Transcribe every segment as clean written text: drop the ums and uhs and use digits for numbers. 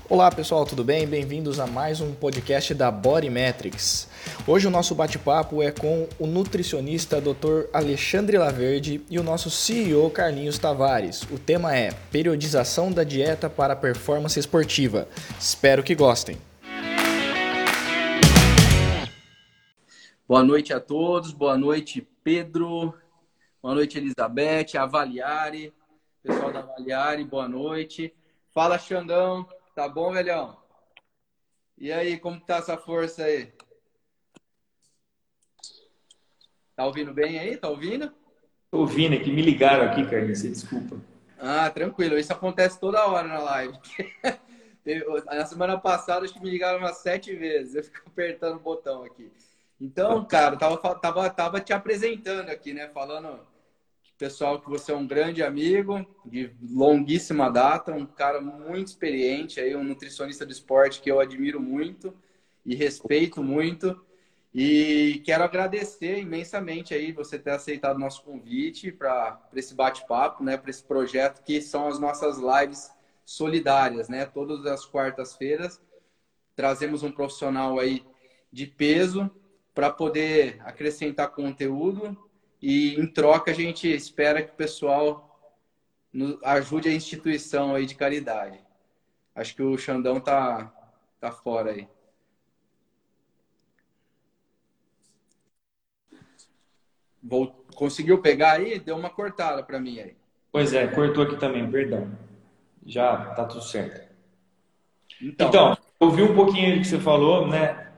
Olá pessoal, tudo bem? Bem-vindos a mais um podcast da Body Metrics. Hoje o nosso bate-papo é com o nutricionista Dr. Alexandre Laverde e o nosso CEO Carlinhos Tavares. O tema é periodização da dieta para a performance esportiva. Espero que gostem. Boa noite a todos, boa noite Pedro, boa noite Elizabeth, Avaliare, pessoal da Avaliare, boa noite. Fala Xandão, tá bom, velhão? E aí, como tá essa força aí? Tá ouvindo bem aí? Tá ouvindo? Tô ouvindo, é que me ligaram aqui, Carlinhos, você desculpa. Ah, tranquilo, isso acontece toda hora na live. Na semana passada, acho que me ligaram umas 7 vezes, eu fico apertando o botão aqui. Então, cara, tava te apresentando aqui, né? Falando, pessoal, que você é um grande amigo de longuíssima data, um cara muito experiente, aí, um nutricionista do esporte que eu admiro muito e respeito muito. E quero agradecer imensamente aí você ter aceitado o nosso convite para esse bate-papo, né? Para esse projeto que são as nossas lives solidárias, né? Todas as quartas-feiras trazemos um profissional aí de peso para poder acrescentar conteúdo e, em troca, a gente espera que o pessoal ajude a instituição aí de caridade. Acho que o Xandão tá fora aí. Conseguiu pegar aí? Deu uma cortada para mim aí. Pois é, cortou aqui também, perdão. Já tá tudo certo. Então, Então, eu ouvi um pouquinho do que você falou, né?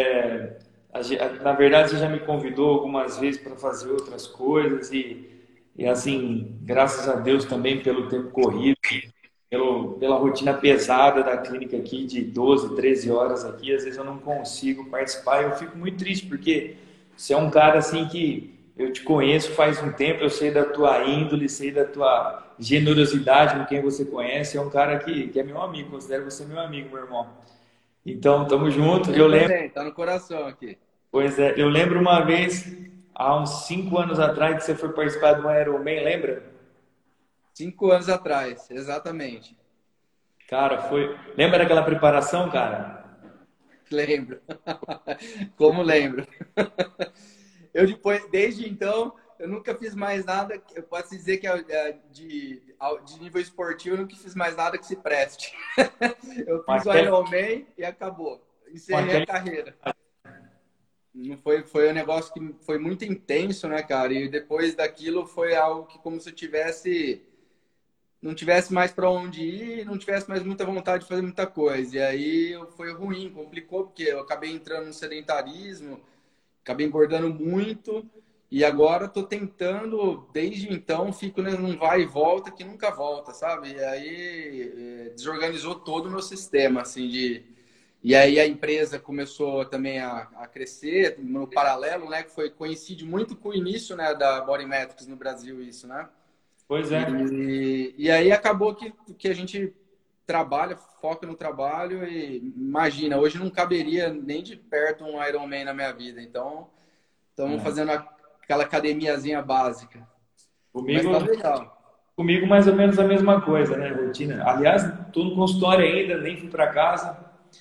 Na verdade, você já me convidou algumas vezes para fazer outras coisas e assim, graças a Deus também pelo tempo corrido, pela rotina pesada da clínica aqui, de 12, 13 horas aqui, às vezes eu não consigo participar e eu fico muito triste, porque você é um cara assim que eu te conheço faz um tempo, eu sei da tua índole, sei da tua generosidade com quem você conhece, é um cara que é meu amigo, considero você meu amigo, meu irmão. Então, tamo junto. Eu lembro, também, tá no coração aqui. pois é, eu lembro uma vez, há uns 5 anos atrás, que você foi participar de um Ironman, lembra? 5 anos atrás, exatamente. Cara, foi. Lembra daquela preparação, cara? Lembro. Como lembro. Eu depois, desde então, eu nunca fiz mais nada. Eu posso dizer que de nível esportivo, eu nunca fiz mais nada que se preste. Eu Com fiz o aquele, Ironman e acabou. com Encerrei a aquele... carreira. Não foi um negócio que foi muito intenso, né, cara? E depois daquilo foi algo que como se eu tivesse não tivesse mais para onde ir, não tivesse mais muita vontade de fazer muita coisa. E aí foi ruim, complicou, porque eu acabei entrando no sedentarismo, acabei engordando muito. E agora estou tentando, desde então, fico num vai e volta que nunca volta, sabe? E aí desorganizou todo o meu sistema, assim, de... E aí a empresa começou também a crescer no paralelo, né? Que coincide muito com o início, né, da Body Metrics no Brasil, isso, né? Pois é. E aí acabou que a gente trabalha, foca no trabalho e imagina, hoje não caberia nem de perto um Ironman na minha vida. Então, estamos É. fazendo aquela academiazinha básica. Mas Comigo, tá legal. comigo mais ou menos a mesma coisa, né? Rotina. Aliás, tô no consultório ainda, nem fui para casa,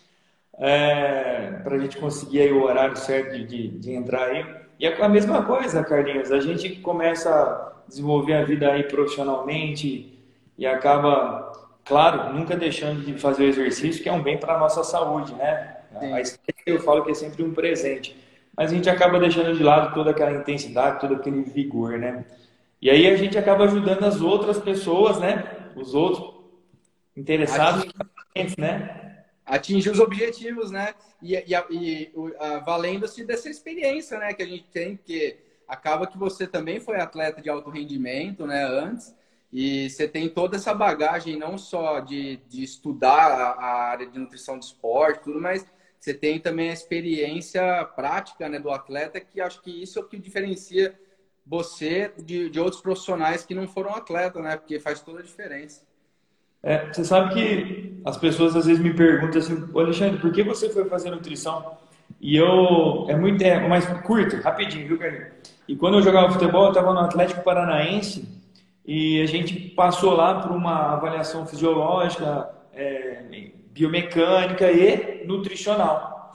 para a gente conseguir aí o horário certo de entrar aí. E é a mesma coisa, Carlinhos. A gente começa a desenvolver a vida aí profissionalmente e acaba, claro, nunca deixando de fazer o exercício, que é um bem para a nossa saúde, né? A Sim. estética eu falo que é sempre um presente. Mas a gente acaba deixando de lado toda aquela intensidade, todo aquele vigor, né? E aí a gente acaba ajudando as outras pessoas, né? Os outros interessados, né? Atingir os objetivos, né? Valendo-se dessa experiência, né? Que a gente tem, porque acaba que você também foi atleta de alto rendimento, né? Antes, e você tem toda essa bagagem, não só de estudar a área de nutrição de esporte, tudo, mas você tem também a experiência prática, né, do atleta, que acho que isso é o que diferencia você de outros profissionais que não foram atleta, né? Porque faz toda a diferença. Você sabe que as pessoas às vezes me perguntam assim, "Ô, Alexandre, por que você foi fazer nutrição?" E é mais curto, rapidinho, viu, Carlinhos? E quando eu jogava futebol, eu estava no Atlético Paranaense e a gente passou lá por uma avaliação fisiológica, biomecânica e nutricional.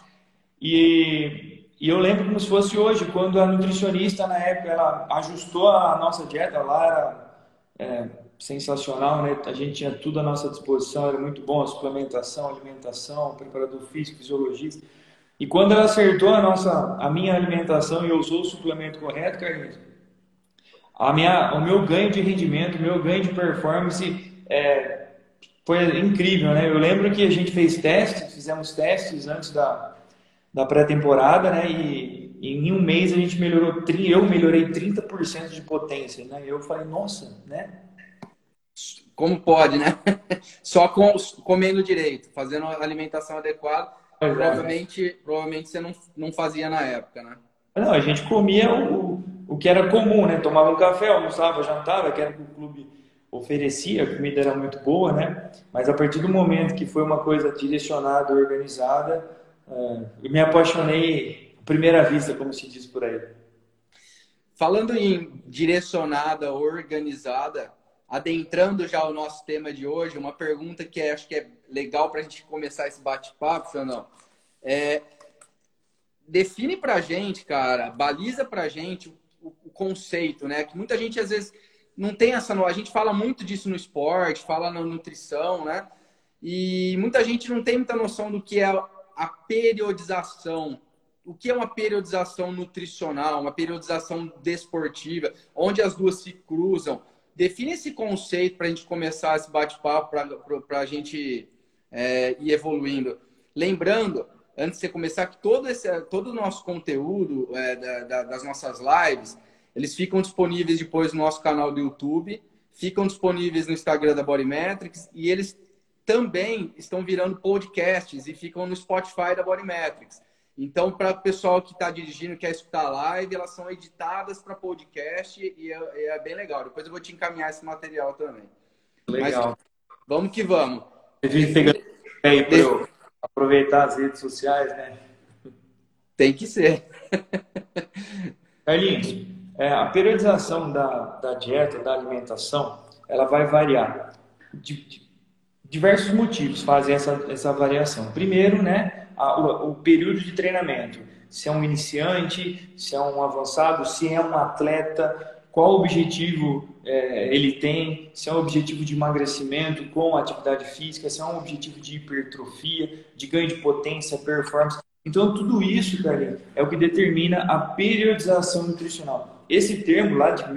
E eu lembro como se fosse hoje, quando a nutricionista, na época, ela ajustou a nossa dieta, lá era sensacional, né? A gente tinha tudo à nossa disposição, era muito bom, a suplementação, alimentação, preparador físico, fisiologista. E quando ela acertou a minha alimentação e eu usou o suplemento correto, Carlinhos, o meu ganho de rendimento, o meu ganho de performance foi incrível, né? Eu lembro que a gente fizemos testes antes da pré-temporada, né? E em um mês a gente eu melhorei 30% de potência, né? Eu falei, nossa, né? Como pode, né? Só comendo direito, fazendo a alimentação adequada. Provavelmente você não fazia na época, né? Não, a gente comia o que era comum, né? Tomava um café, almoçava, jantava, que era o que o clube oferecia, a comida era muito boa, né? Mas a partir do momento que foi uma coisa direcionada, organizada, eu me apaixonei à primeira vista, como se diz por aí. Falando em direcionada, organizada, adentrando já o nosso tema de hoje, uma pergunta que acho que é legal para a gente começar esse bate-papo, Fernando. Define pra gente, cara, baliza pra gente o conceito, né? Que muita gente às vezes não tem essa noção. A gente fala muito disso no esporte, fala na nutrição, né? E muita gente não tem muita noção do que é a periodização. O que é uma periodização nutricional, uma periodização desportiva, onde as duas se cruzam. Define esse conceito para a gente começar esse bate-papo, para a gente ir evoluindo. Lembrando, antes de você começar, que todo o nosso conteúdo das nossas lives, eles ficam disponíveis depois no nosso canal do YouTube, ficam disponíveis no Instagram da Bodymetrics e eles também estão virando podcasts e ficam no Spotify da Bodymetrics. Então, para o pessoal que está dirigindo, quer escutar a live, elas são editadas para podcast e é bem legal. Depois eu vou te encaminhar esse material também. Legal. Mas, vamos que vamos. A gente pegando aí para eu aproveitar as redes sociais, né? Tem que ser. Carlinhos, a periodização da dieta, da alimentação, ela vai variar. Diversos motivos fazem essa variação. Primeiro, né? O período de treinamento, se é um iniciante, se é um avançado, se é um atleta, qual objetivo ele tem, se é um objetivo de emagrecimento com atividade física, se é um objetivo de hipertrofia, de ganho de potência, performance. Então, tudo isso, Carlinhos, é o que determina a periodização nutricional. Esse termo lá de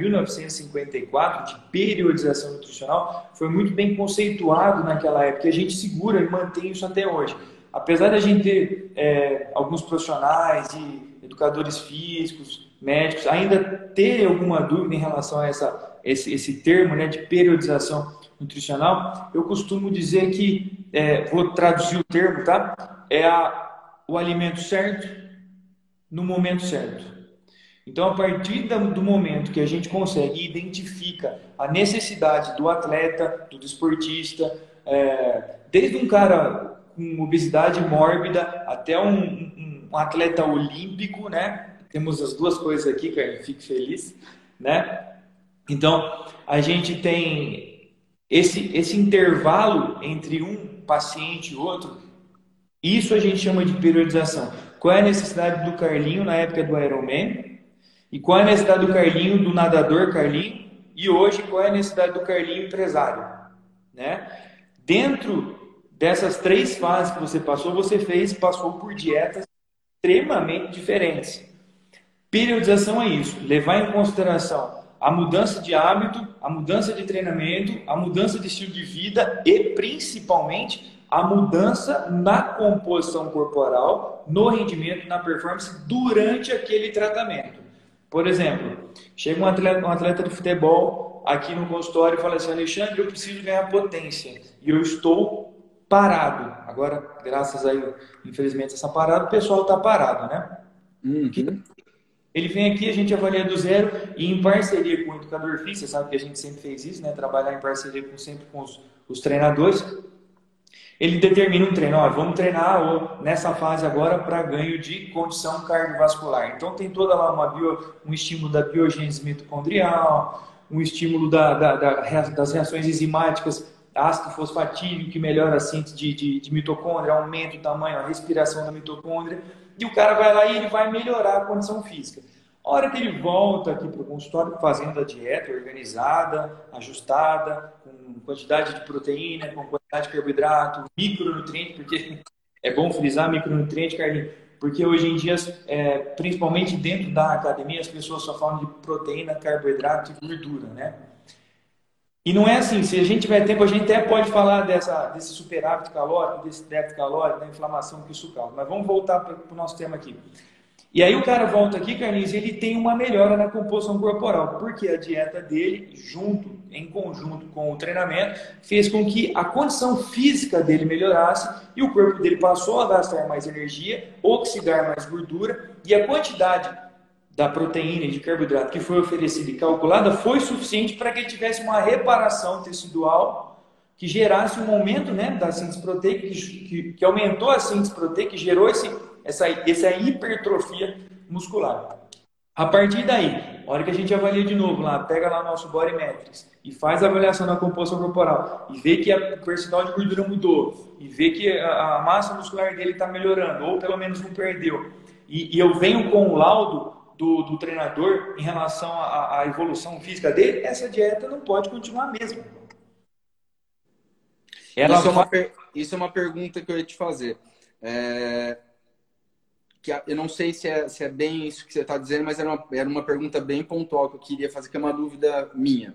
1954, de periodização nutricional, foi muito bem conceituado naquela época, e a gente segura e mantém isso até hoje. Apesar de a gente ter alguns profissionais e educadores físicos, médicos, ainda ter alguma dúvida em relação a esse termo, né, de periodização nutricional, eu costumo dizer que, vou traduzir o termo, tá? O alimento certo no momento certo. Então, a partir do momento que a gente consegue e identifica a necessidade do atleta, do desportista, desde um cara com obesidade mórbida até um atleta olímpico, né? Temos as duas coisas aqui, cara, fico feliz, né? Então, a gente tem esse intervalo entre um paciente e outro, isso a gente chama de periodização. Qual é a necessidade do Carlinho na época do Ironman? E qual é a necessidade do Carlinho, do nadador Carlinho? E hoje, qual é a necessidade do Carlinho empresário? Né? Dentro dessas três fases que você passou por dietas extremamente diferentes. Periodização é isso, levar em consideração a mudança de hábito, a mudança de treinamento, a mudança de estilo de vida e, principalmente, a mudança na composição corporal, no rendimento, na performance durante aquele tratamento. Por exemplo, chega um atleta de futebol aqui no consultório e fala assim: Alexandre, eu preciso ganhar potência e eu estou parado. Agora, graças a, infelizmente, essa parada, o pessoal está parado, né? Uhum. Ele vem aqui, a gente avalia do zero e em parceria com o educador físico, você sabe que a gente sempre fez isso, né? Trabalhar em parceria sempre com os treinadores. Ele determina um treino, vamos treinar nessa fase agora para ganho de condição cardiovascular. Então tem toda lá um estímulo da biogênese mitocondrial, um estímulo das reações enzimáticas ácido fosfatídeo, que melhora a síntese de mitocôndria, aumenta o tamanho, a respiração da mitocôndria, e o cara vai lá e ele vai melhorar a condição física. A hora que ele volta aqui para o consultório fazendo a dieta organizada, ajustada, com quantidade de proteína, com quantidade de carboidrato, micronutriente, porque é bom frisar micronutriente, Carlinhos, porque hoje em dia, principalmente dentro da academia, as pessoas só falam de proteína, carboidrato e gordura, né? E não é assim, se a gente tiver tempo, a gente até pode falar desse superávit calórico, desse déficit calórico, da inflamação que isso causa. Mas vamos voltar para o nosso tema aqui. E aí o cara volta aqui, Carlinhos, e ele tem uma melhora na composição corporal, porque a dieta dele, em conjunto com o treinamento, fez com que a condição física dele melhorasse e o corpo dele passou a gastar mais energia, oxidar mais gordura, e a quantidade da proteína e de carboidrato que foi oferecida e calculada foi suficiente para que ele tivesse uma reparação tecidual que gerasse um aumento, né, da síntese proteica, que aumentou a síntese proteica, que gerou essa hipertrofia muscular. A partir daí, a hora que a gente avalia de novo lá, pega lá o nosso Body Metrics e faz a avaliação da composição corporal e vê que o percentual de gordura mudou e vê que a massa muscular dele está melhorando, ou pelo menos não perdeu, e eu venho com o laudo do treinador em relação à evolução física dele, essa dieta não pode continuar mesmo. Isso é uma pergunta que eu ia te fazer. Eu não sei se é bem isso que você está dizendo, mas era uma pergunta bem pontual que eu queria fazer, que é uma dúvida minha.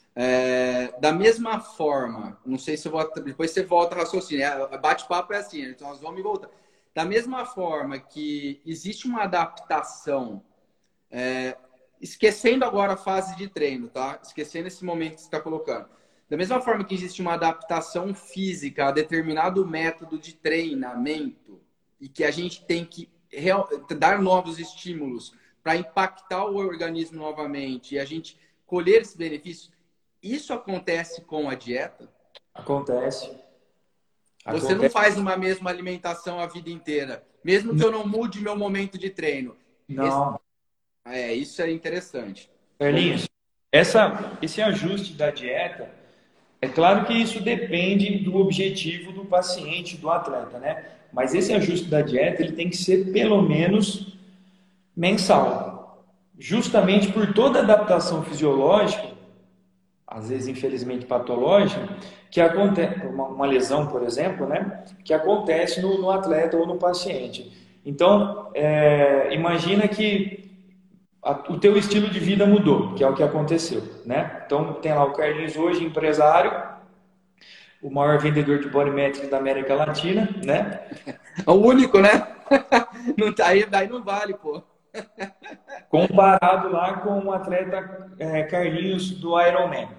Da mesma forma, não sei se eu vou... Depois você volta a raciocínio. Bate-papo é assim, então nós vamos voltar. Da mesma forma que existe uma adaptação, esquecendo agora a fase de treino, tá? Esquecendo esse momento que você está colocando. Da mesma forma que existe uma adaptação física a determinado método de treinamento e que a gente tem que dar novos estímulos para impactar o organismo novamente e a gente colher esses benefícios, isso acontece com a dieta? Acontece. Você não faz uma mesma alimentação a vida inteira, mesmo que eu não mude meu momento de treino. Não. Isso é interessante. Carlinhos, esse ajuste da dieta, é claro que isso depende do objetivo do paciente, do atleta, né? Mas esse ajuste da dieta, ele tem que ser pelo menos mensal. Justamente por toda adaptação fisiológica, às vezes infelizmente patológica, que acontece, uma lesão, por exemplo, né? Que acontece no atleta ou no paciente. Então, imagina que o teu estilo de vida mudou, que é o que aconteceu, né? Então, tem lá o Carlinhos hoje, empresário, o maior vendedor de body metrics da América Latina, né? É o único, né? Não tá aí, daí não vale, pô. Comparado lá com o atleta Carlinhos do Ironman.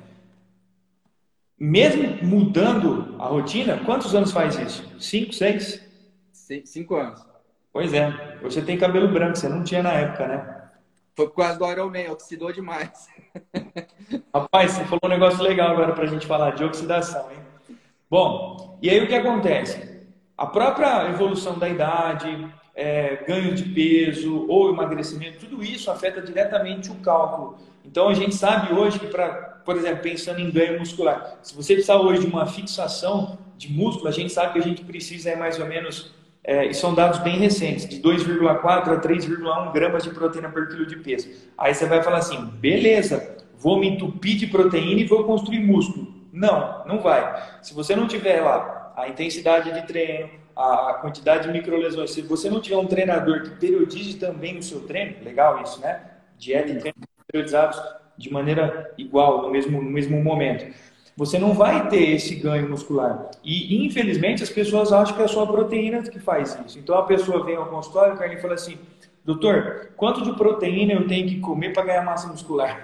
Mesmo mudando a rotina, quantos anos faz isso? 5, 6? 5 anos. Pois é. Você tem cabelo branco, você não tinha na época, né? Foi por causa do Ironman, oxidou demais. Rapaz, você falou um negócio legal agora pra gente falar de oxidação, hein? Bom, e aí o que acontece? A própria evolução da idade, ganho de peso ou emagrecimento, tudo isso afeta diretamente o cálculo. Então a gente sabe hoje que, por exemplo, pensando em ganho muscular, se você precisar hoje de uma fixação de músculo, a gente sabe que a gente precisa mais ou menos, e são dados bem recentes, de 2,4 a 3,1 gramas de proteína por quilo de peso. Aí você vai falar assim, beleza, vou me entupir de proteína e vou construir músculo. Não, não vai. Se você não tiver lá a intensidade de treino, a quantidade de microlesões, se você não tiver um treinador que periodize também o seu treino, legal isso, né? Dieta e treino periodizados de maneira igual, no mesmo momento. Você não vai ter esse ganho muscular. E, infelizmente, as pessoas acham que é só a proteína que faz isso. Então, a pessoa vem ao consultório, o Carlinhos fala assim, doutor, quanto de proteína eu tenho que comer para ganhar massa muscular?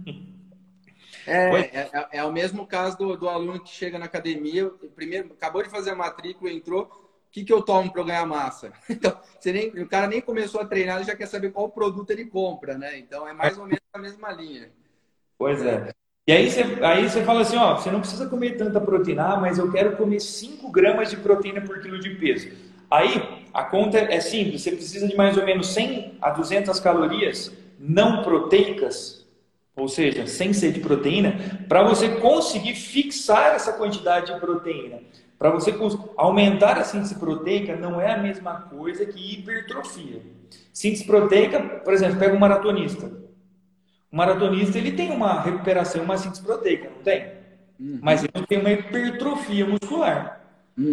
É o mesmo caso do aluno que chega na academia, primeiro acabou de fazer a matrícula, entrou, o que eu tomo para eu ganhar massa? Então, o cara nem começou a treinar, ele já quer saber qual produto ele compra, né? Então, é mais ou menos a mesma linha. Pois é. E aí você fala assim, ó, você não precisa comer tanta proteína, mas eu quero comer 5 gramas de proteína por quilo de peso. Aí, a conta é simples, você precisa de mais ou menos 100 a 200 calorias não proteicas ou seja, sem ser de proteína, para você conseguir fixar essa quantidade de proteína. Para você aumentar a síntese proteica não é a mesma coisa que hipertrofia. Síntese proteica, por exemplo, pega um maratonista. O maratonista ele tem uma recuperação, uma síntese proteica, não tem? Mas ele não tem uma hipertrofia muscular.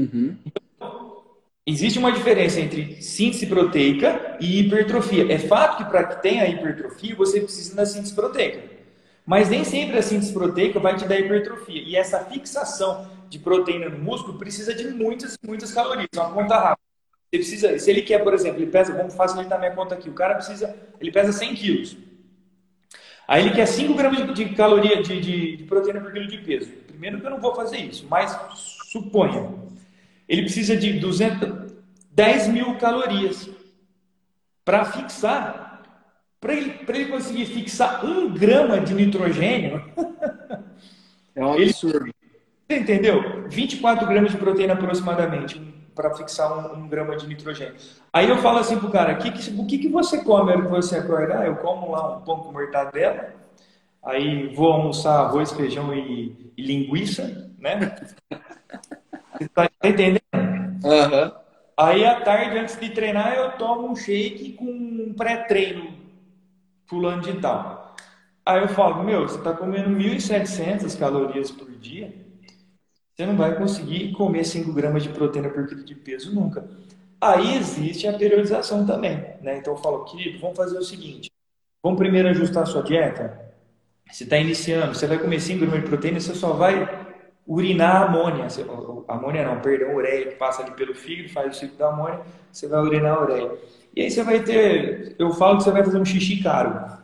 Existe uma diferença entre síntese proteica e hipertrofia. É fato que para que tenha hipertrofia, você precisa da síntese proteica. Mas nem sempre a síntese proteica vai te dar hipertrofia. E essa fixação de proteína no músculo precisa de muitas calorias. Uma conta rápida. Você precisa, se ele quer, por exemplo, ele pesa, vamos facilitar minha conta aqui, o cara precisa, ele pesa 100 quilos. Aí ele quer 5 gramas de caloria de proteína por quilo de peso. Primeiro que eu não vou fazer isso, mas suponha. Ele precisa de 10 mil calorias para fixar. Para ele conseguir fixar 1 grama de nitrogênio. É um absurdo. Você entendeu? 24 gramas de proteína aproximadamente para fixar 1 grama de nitrogênio. Aí eu falo assim pro cara, o que você come na hora que você acordar? Eu como lá um pão com mortadela, aí vou almoçar arroz, feijão e linguiça, né? Você tá entendendo? Aí à tarde, antes de treinar, eu tomo um shake com um pré-treino fulano de tal. Aí eu falo, você tá comendo 1.700 calorias por dia, você não vai conseguir comer 5 gramas de proteína por quilo de peso nunca. Aí existe a periodização também, né? Então eu falo, querido, vamos fazer o seguinte, vamos primeiro ajustar a sua dieta. Você está iniciando, você vai comer 5 gramas de proteína, você só vai urinar amônia. Amônia não, perdão, ureia, que passa ali pelo fígado, faz o ciclo da amônia, você vai urinar a ureia. E aí você vai ter, eu falo que você vai fazer um xixi caro.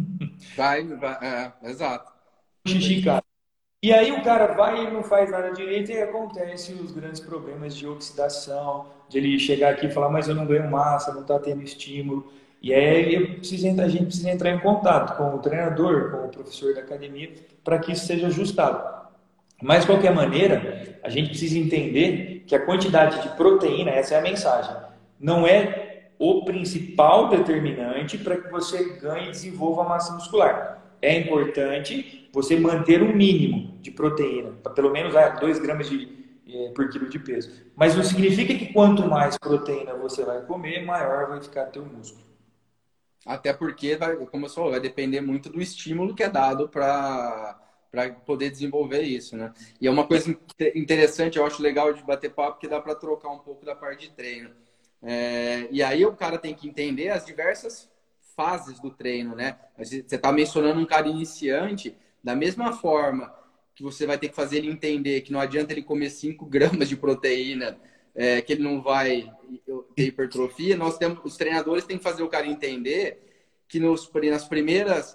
Exato. Um xixi caro. E aí o cara vai e não faz nada direito e acontece os grandes problemas de oxidação, de ele chegar aqui e falar, mas eu não ganho massa, não está tendo estímulo. E aí a gente precisa entrar em contato com o treinador, com o professor da academia, para que isso seja ajustado. Mas, de qualquer maneira, a gente precisa entender que a quantidade de proteína, essa é a mensagem, não é o principal determinante para que você ganhe e desenvolva a massa muscular. É importante você manter um mínimo de proteína, pelo menos 2 gramas por quilo de peso. Mas não significa que quanto mais proteína você vai comer, maior vai ficar teu músculo. Até porque, como eu falei, vai depender muito do estímulo que é dado para poder desenvolver isso, né? E é uma coisa interessante, eu acho legal de bater papo, que dá para trocar um pouco da parte de treino. E aí o cara tem que entender as diversas fases do treino, né? Você está mencionando um cara iniciante, da mesma forma que você vai ter que fazer ele entender que não adianta ele comer 5 gramas de proteína, que ele não vai ter hipertrofia, os treinadores têm que fazer o cara entender que nas primeiras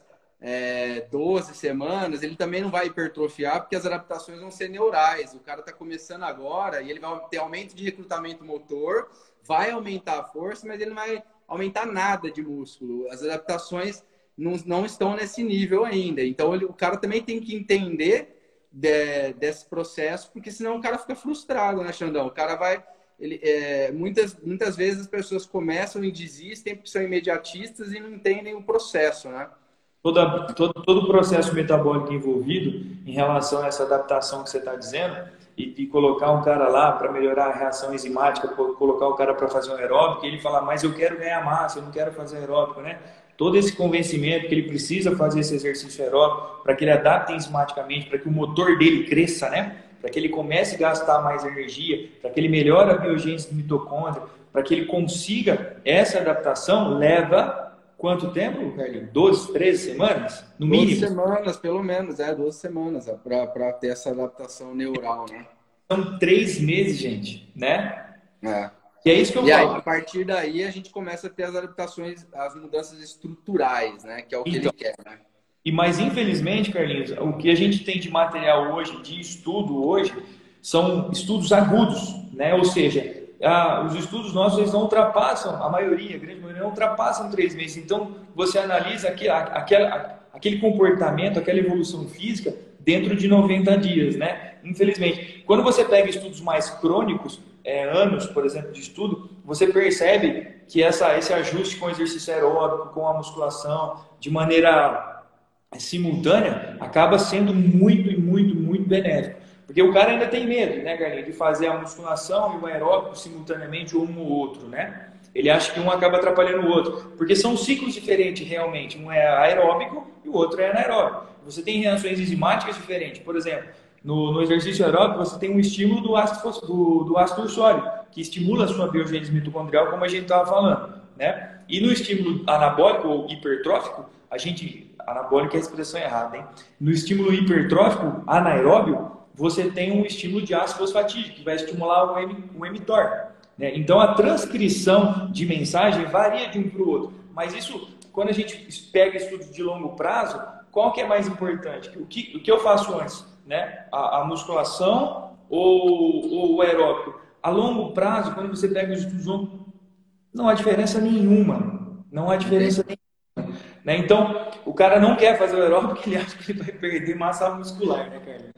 12 semanas ele também não vai hipertrofiar, porque as adaptações vão ser neurais. O cara está começando agora e ele vai ter aumento de recrutamento motor, vai aumentar a força, mas ele não vai aumentar nada de músculo. As adaptações não estão nesse nível ainda. Então o cara também tem que entender desse processo, porque senão o cara fica frustrado, né, Xandão? O cara vai... muitas vezes as pessoas começam e desistem porque são imediatistas e não entendem o processo, né? Todo o processo metabólico envolvido em relação a essa adaptação que você está dizendo e colocar um cara lá para melhorar a reação enzimática, colocar o cara para fazer um aeróbico e ele falar, mas eu quero ganhar massa, eu não quero fazer aeróbico, né? Todo esse convencimento que ele precisa fazer esse exercício aeróbico para que ele adapte enzimaticamente, para que o motor dele cresça, né? Para que ele comece a gastar mais energia, para que ele melhore a biogênese do mitocôndrio, para que ele consiga essa adaptação, leva quanto tempo, Carlinhos? 12, 13 semanas? No mínimo? 12 semanas, pelo menos, 12 semanas para ter essa adaptação neural, né? São 3 meses, gente, né? E é isso que eu falo. Aí, a partir daí, a gente começa a ter as adaptações, as mudanças estruturais, né? Que é o que ele quer, né? Mas, infelizmente, Carlinhos, o que a gente tem de material hoje, de estudo hoje, são estudos agudos, né? Ou seja, os estudos nossos eles não ultrapassam, a grande maioria não ultrapassam 3 meses. Então, você analisa aquele comportamento, aquela evolução física dentro de 90 dias, né? Infelizmente. Quando você pega estudos mais crônicos, anos, por exemplo, de estudo, você percebe que esse ajuste com o exercício aeróbico, com a musculação, de maneira simultânea, acaba sendo muito, muito, muito benéfico. Porque o cara ainda tem medo, né, Carlinhos, de fazer a musculação e o aeróbico simultaneamente, ou um ou outro, né? Ele acha que um acaba atrapalhando o outro. Porque são ciclos diferentes, realmente. Um é aeróbico e o outro é anaeróbico. Você tem reações enzimáticas diferentes. Por exemplo, no exercício aeróbico, você tem um estímulo do ácido ursólico, que estimula a sua biogênese mitocondrial, como a gente estava falando, né? E no estímulo anabólico ou hipertrófico, anabólico é a expressão errada, hein? No estímulo hipertrófico, anaeróbio, você tem um estímulo de ácido fosfatídico, que vai estimular o mTOR, né? Então, a transcrição de mensagem varia de um para o outro. Mas isso, quando a gente pega estudos de longo prazo, qual que é mais importante? O que eu faço antes? Né? A musculação ou o aeróbico? A longo prazo, quando você pega os estudos, não há diferença nenhuma. Não há diferença nenhuma. Né? Então, o cara não quer fazer o aeróbico porque ele acha que ele vai perder massa muscular, né, cara?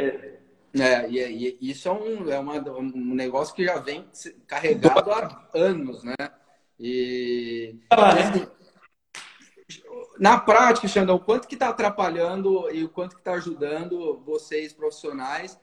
E isso um negócio que já vem carregado há anos, né? Assim, na prática, Xandão, o quanto que está atrapalhando e o quanto que está ajudando vocês profissionais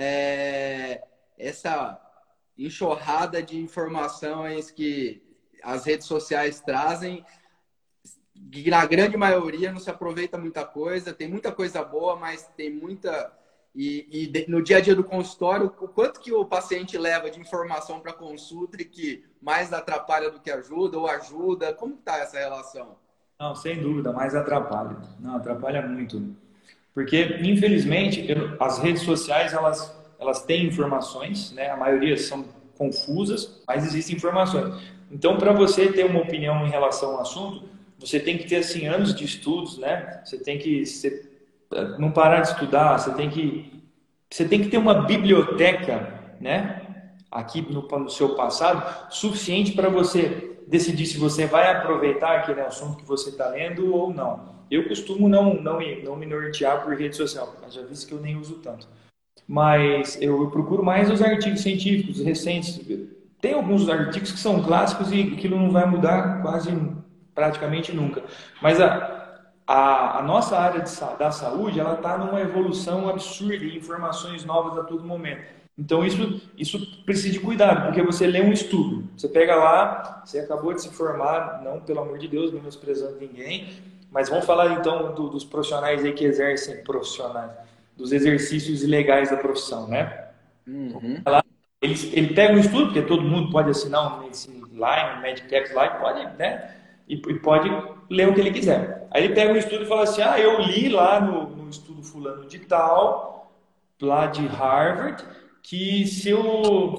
essa enxurrada de informações que as redes sociais trazem, que na grande maioria não se aproveita muita coisa, tem muita coisa boa, mas tem muita... no dia a dia do consultório, o quanto que o paciente leva de informação para consulta e que mais atrapalha do que ajuda, ou ajuda? Como está essa relação? Não, sem dúvida, mais atrapalha. Não, atrapalha muito. Porque, infelizmente, as redes sociais, elas têm informações, né? A maioria são confusas, mas existem informações. Então, para você ter uma opinião em relação ao assunto, você tem que ter, assim, anos de estudos, né? Você tem que não parar de estudar, você tem que ter uma biblioteca, né? Aqui no seu passado, suficiente para você decidir se você vai aproveitar aquele assunto que você está lendo ou não. Eu costumo não me nortear por rede social, já visto que eu nem uso tanto. Mas eu procuro mais os artigos científicos recentes. Tem alguns artigos que são clássicos e aquilo não vai mudar praticamente nunca. Mas a nossa área da saúde, ela está numa evolução absurda de informações novas a todo momento. Então, isso precisa de cuidado, porque você lê um estudo, você pega lá, você acabou de se formar, não, pelo amor de Deus, menosprezando ninguém, mas vamos falar então dos profissionais aí que exercem dos exercícios ilegais da profissão, né? Uhum. Ele pega um estudo, porque todo mundo pode assinar um Medicine Line, um Medcaps Line, pode, né? E pode ler o que ele quiser. Aí ele pega um estudo e fala assim, eu li lá no estudo fulano de tal, lá de Harvard, que se eu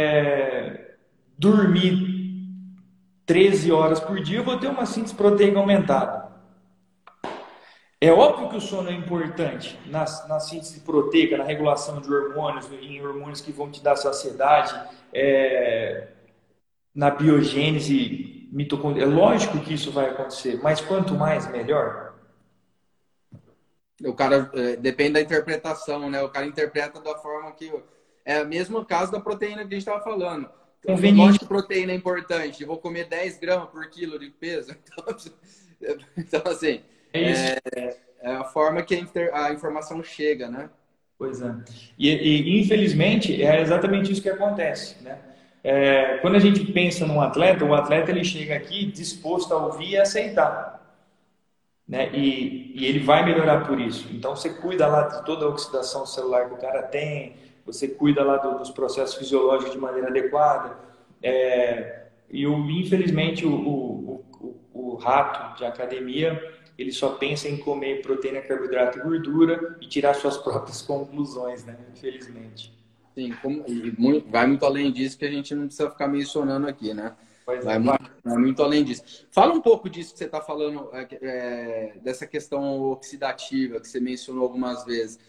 dormir 13 horas por dia, eu vou ter uma síntese proteica aumentada. É óbvio que o sono é importante na síntese proteica, na regulação de hormônios, em hormônios que vão te dar saciedade, na biogênese mitocondrial. É lógico que isso vai acontecer, mas quanto mais, melhor. O cara depende da interpretação, né? O cara interpreta da forma que... É o mesmo caso da proteína que a gente estava falando. Lógico que proteína é importante. Eu vou comer 10 gramas por quilo de peso. Então assim, é a forma que a informação chega, né? Pois é. E infelizmente, é exatamente isso que acontece, né? Quando a gente pensa num atleta, o atleta ele chega aqui disposto a ouvir e aceitar. Né? E ele vai melhorar por isso. Então você cuida lá de toda a oxidação celular que o cara tem, você cuida lá dos processos fisiológicos de maneira adequada. Infelizmente o rato de academia ele só pensa em comer proteína, carboidrato e gordura e tirar suas próprias conclusões, né? Infelizmente. Sim, vai muito além disso que a gente não precisa ficar mencionando aqui, né? Vai muito além disso. Fala um pouco disso que você está falando, dessa questão oxidativa que você mencionou algumas vezes.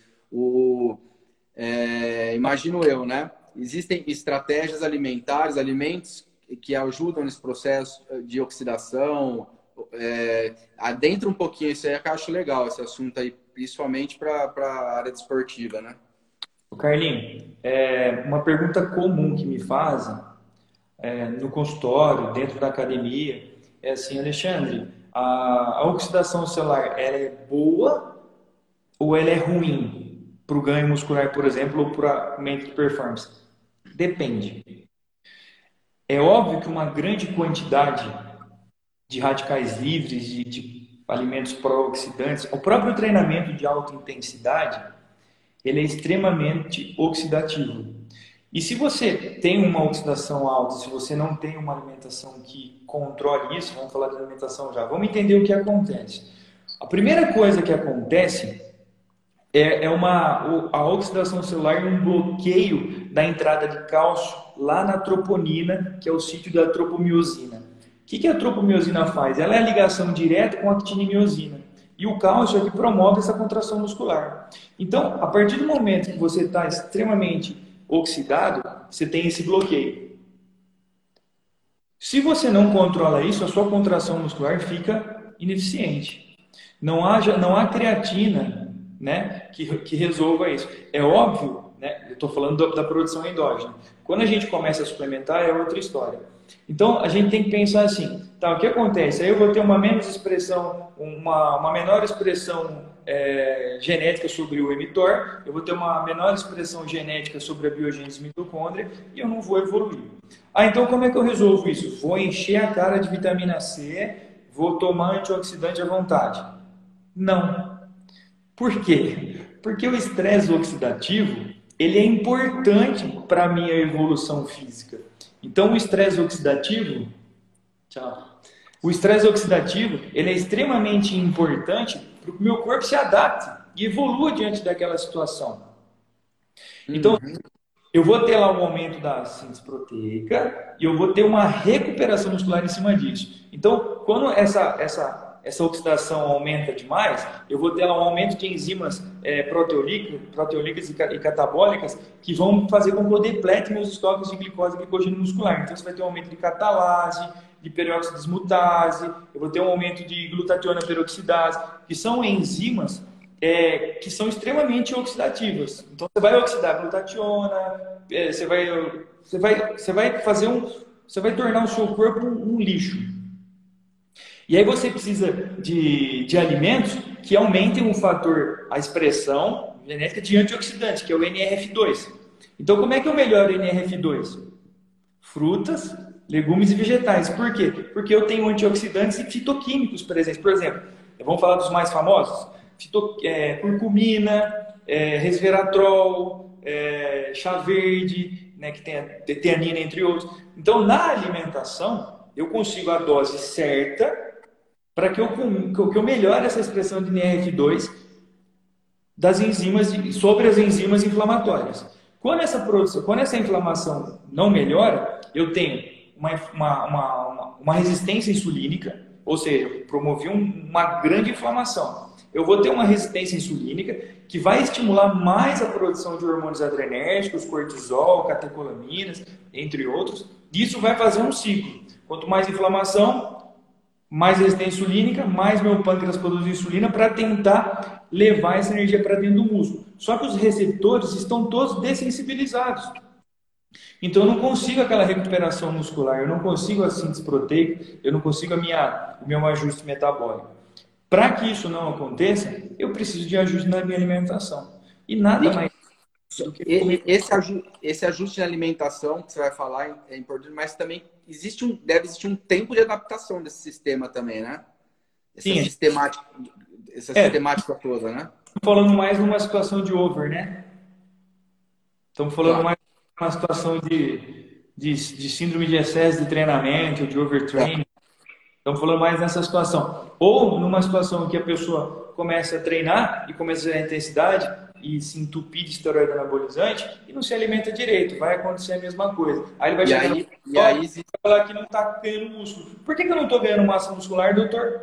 Imagino eu, né? Existem estratégias alimentares, alimentos que ajudam nesse processo de oxidação. Adentra um pouquinho isso aí, que eu acho legal, esse assunto aí, principalmente para a área desportiva, né? Carlinhos, uma pergunta comum que me fazem no consultório, dentro da academia, é assim, Alexandre, a oxidação celular, ela é boa ou ela é ruim para o ganho muscular, por exemplo, ou para aumento de performance? Depende. É óbvio que uma grande quantidade de radicais livres, de alimentos pró-oxidantes, o próprio treinamento de alta intensidade, ele é extremamente oxidativo. E se você tem uma oxidação alta, se você não tem uma alimentação que controle isso, vamos falar de alimentação já, vamos entender o que acontece. A primeira coisa que acontece a oxidação celular e um bloqueio da entrada de cálcio lá na troponina, que é o sítio da tropomiosina. O que a tropomiosina faz? Ela é a ligação direta com a actinimiosina. E o cálcio é que promove essa contração muscular. Então, a partir do momento que você está extremamente oxidado, você tem esse bloqueio. Se você não controla isso, a sua contração muscular fica ineficiente. Não há creatina, né, que resolva isso. É óbvio, né, eu estou falando da produção endógena. Quando a gente começa a suplementar, é outra história. Então, a gente tem que pensar assim, tá, o que acontece? Aí eu vou ter uma menor expressão genética sobre o mTOR, eu vou ter uma menor expressão genética sobre a biogênese mitocôndria e eu não vou evoluir. Então como é que eu resolvo isso? Vou encher a cara de vitamina C, vou tomar antioxidante à vontade? Não. Por quê? Porque o estresse oxidativo, ele é importante para a minha evolução física. Então o estresse oxidativo, o estresse oxidativo, ele é extremamente importante para que o meu corpo se adapte e evolua diante daquela situação. Então, eu vou ter lá um aumento da síntese proteica e eu vou ter uma recuperação muscular em cima disso. Então, quando essa oxidação aumenta demais, eu vou ter lá um aumento de enzimas proteolíticas e catabólicas que vão fazer com que eu deplete meus estoques de glicose e glicogênio muscular. Então, você vai ter um aumento de catalase, de peróxido desmutase, eu vou ter um aumento de glutationa peroxidase, que são enzimas que são extremamente oxidativas. Então, você vai oxidar glutationa, você vai tornar o seu corpo um lixo. E aí você precisa de alimentos que aumentem a expressão genética de antioxidante, que é o NRF2. Então, como é que eu melhoro o NRF2? Frutas, legumes e vegetais. Por quê? Porque eu tenho antioxidantes e fitoquímicos presentes. Por exemplo, vamos falar dos mais famosos? Curcumina, resveratrol, chá verde, né, que tem a teanina, entre outros. Então, na alimentação, eu consigo a dose certa para que eu melhore essa expressão de NRF2 das enzimas sobre as enzimas inflamatórias. Quando essa inflamação não melhora, eu tenho uma resistência insulínica, ou seja, promovi uma grande inflamação. Eu vou ter uma resistência insulínica que vai estimular mais a produção de hormônios adrenérgicos, cortisol, catecolaminas, entre outros. Isso vai fazer um ciclo. Quanto mais inflamação, mais resistência insulínica, mais meu pâncreas produz insulina para tentar levar essa energia para dentro do músculo. Só que os receptores estão todos dessensibilizados. Então eu não consigo aquela recuperação muscular, eu não consigo a síntese proteica, eu não consigo o meu ajuste metabólico. Para que isso não aconteça, eu preciso de ajuste na minha alimentação. E nada mais do que esse ajuste na alimentação que você vai falar é importante, mas também deve existir um tempo de adaptação desse sistema também, né? Essa sistemática toda, né? Estamos falando mais numa situação de over, né? Estamos falando mais numa situação de síndrome de excesso de treinamento, de overtraining. Estamos falando mais nessa situação. Ou numa situação que a pessoa começa a treinar e começa a ter intensidade e se entupir de esteroide anabolizante e não se alimenta direito. Vai acontecer a mesma coisa. Aí ele vai chegar e vai falar que não está ganhando músculo. Por que eu não estou ganhando massa muscular, doutor?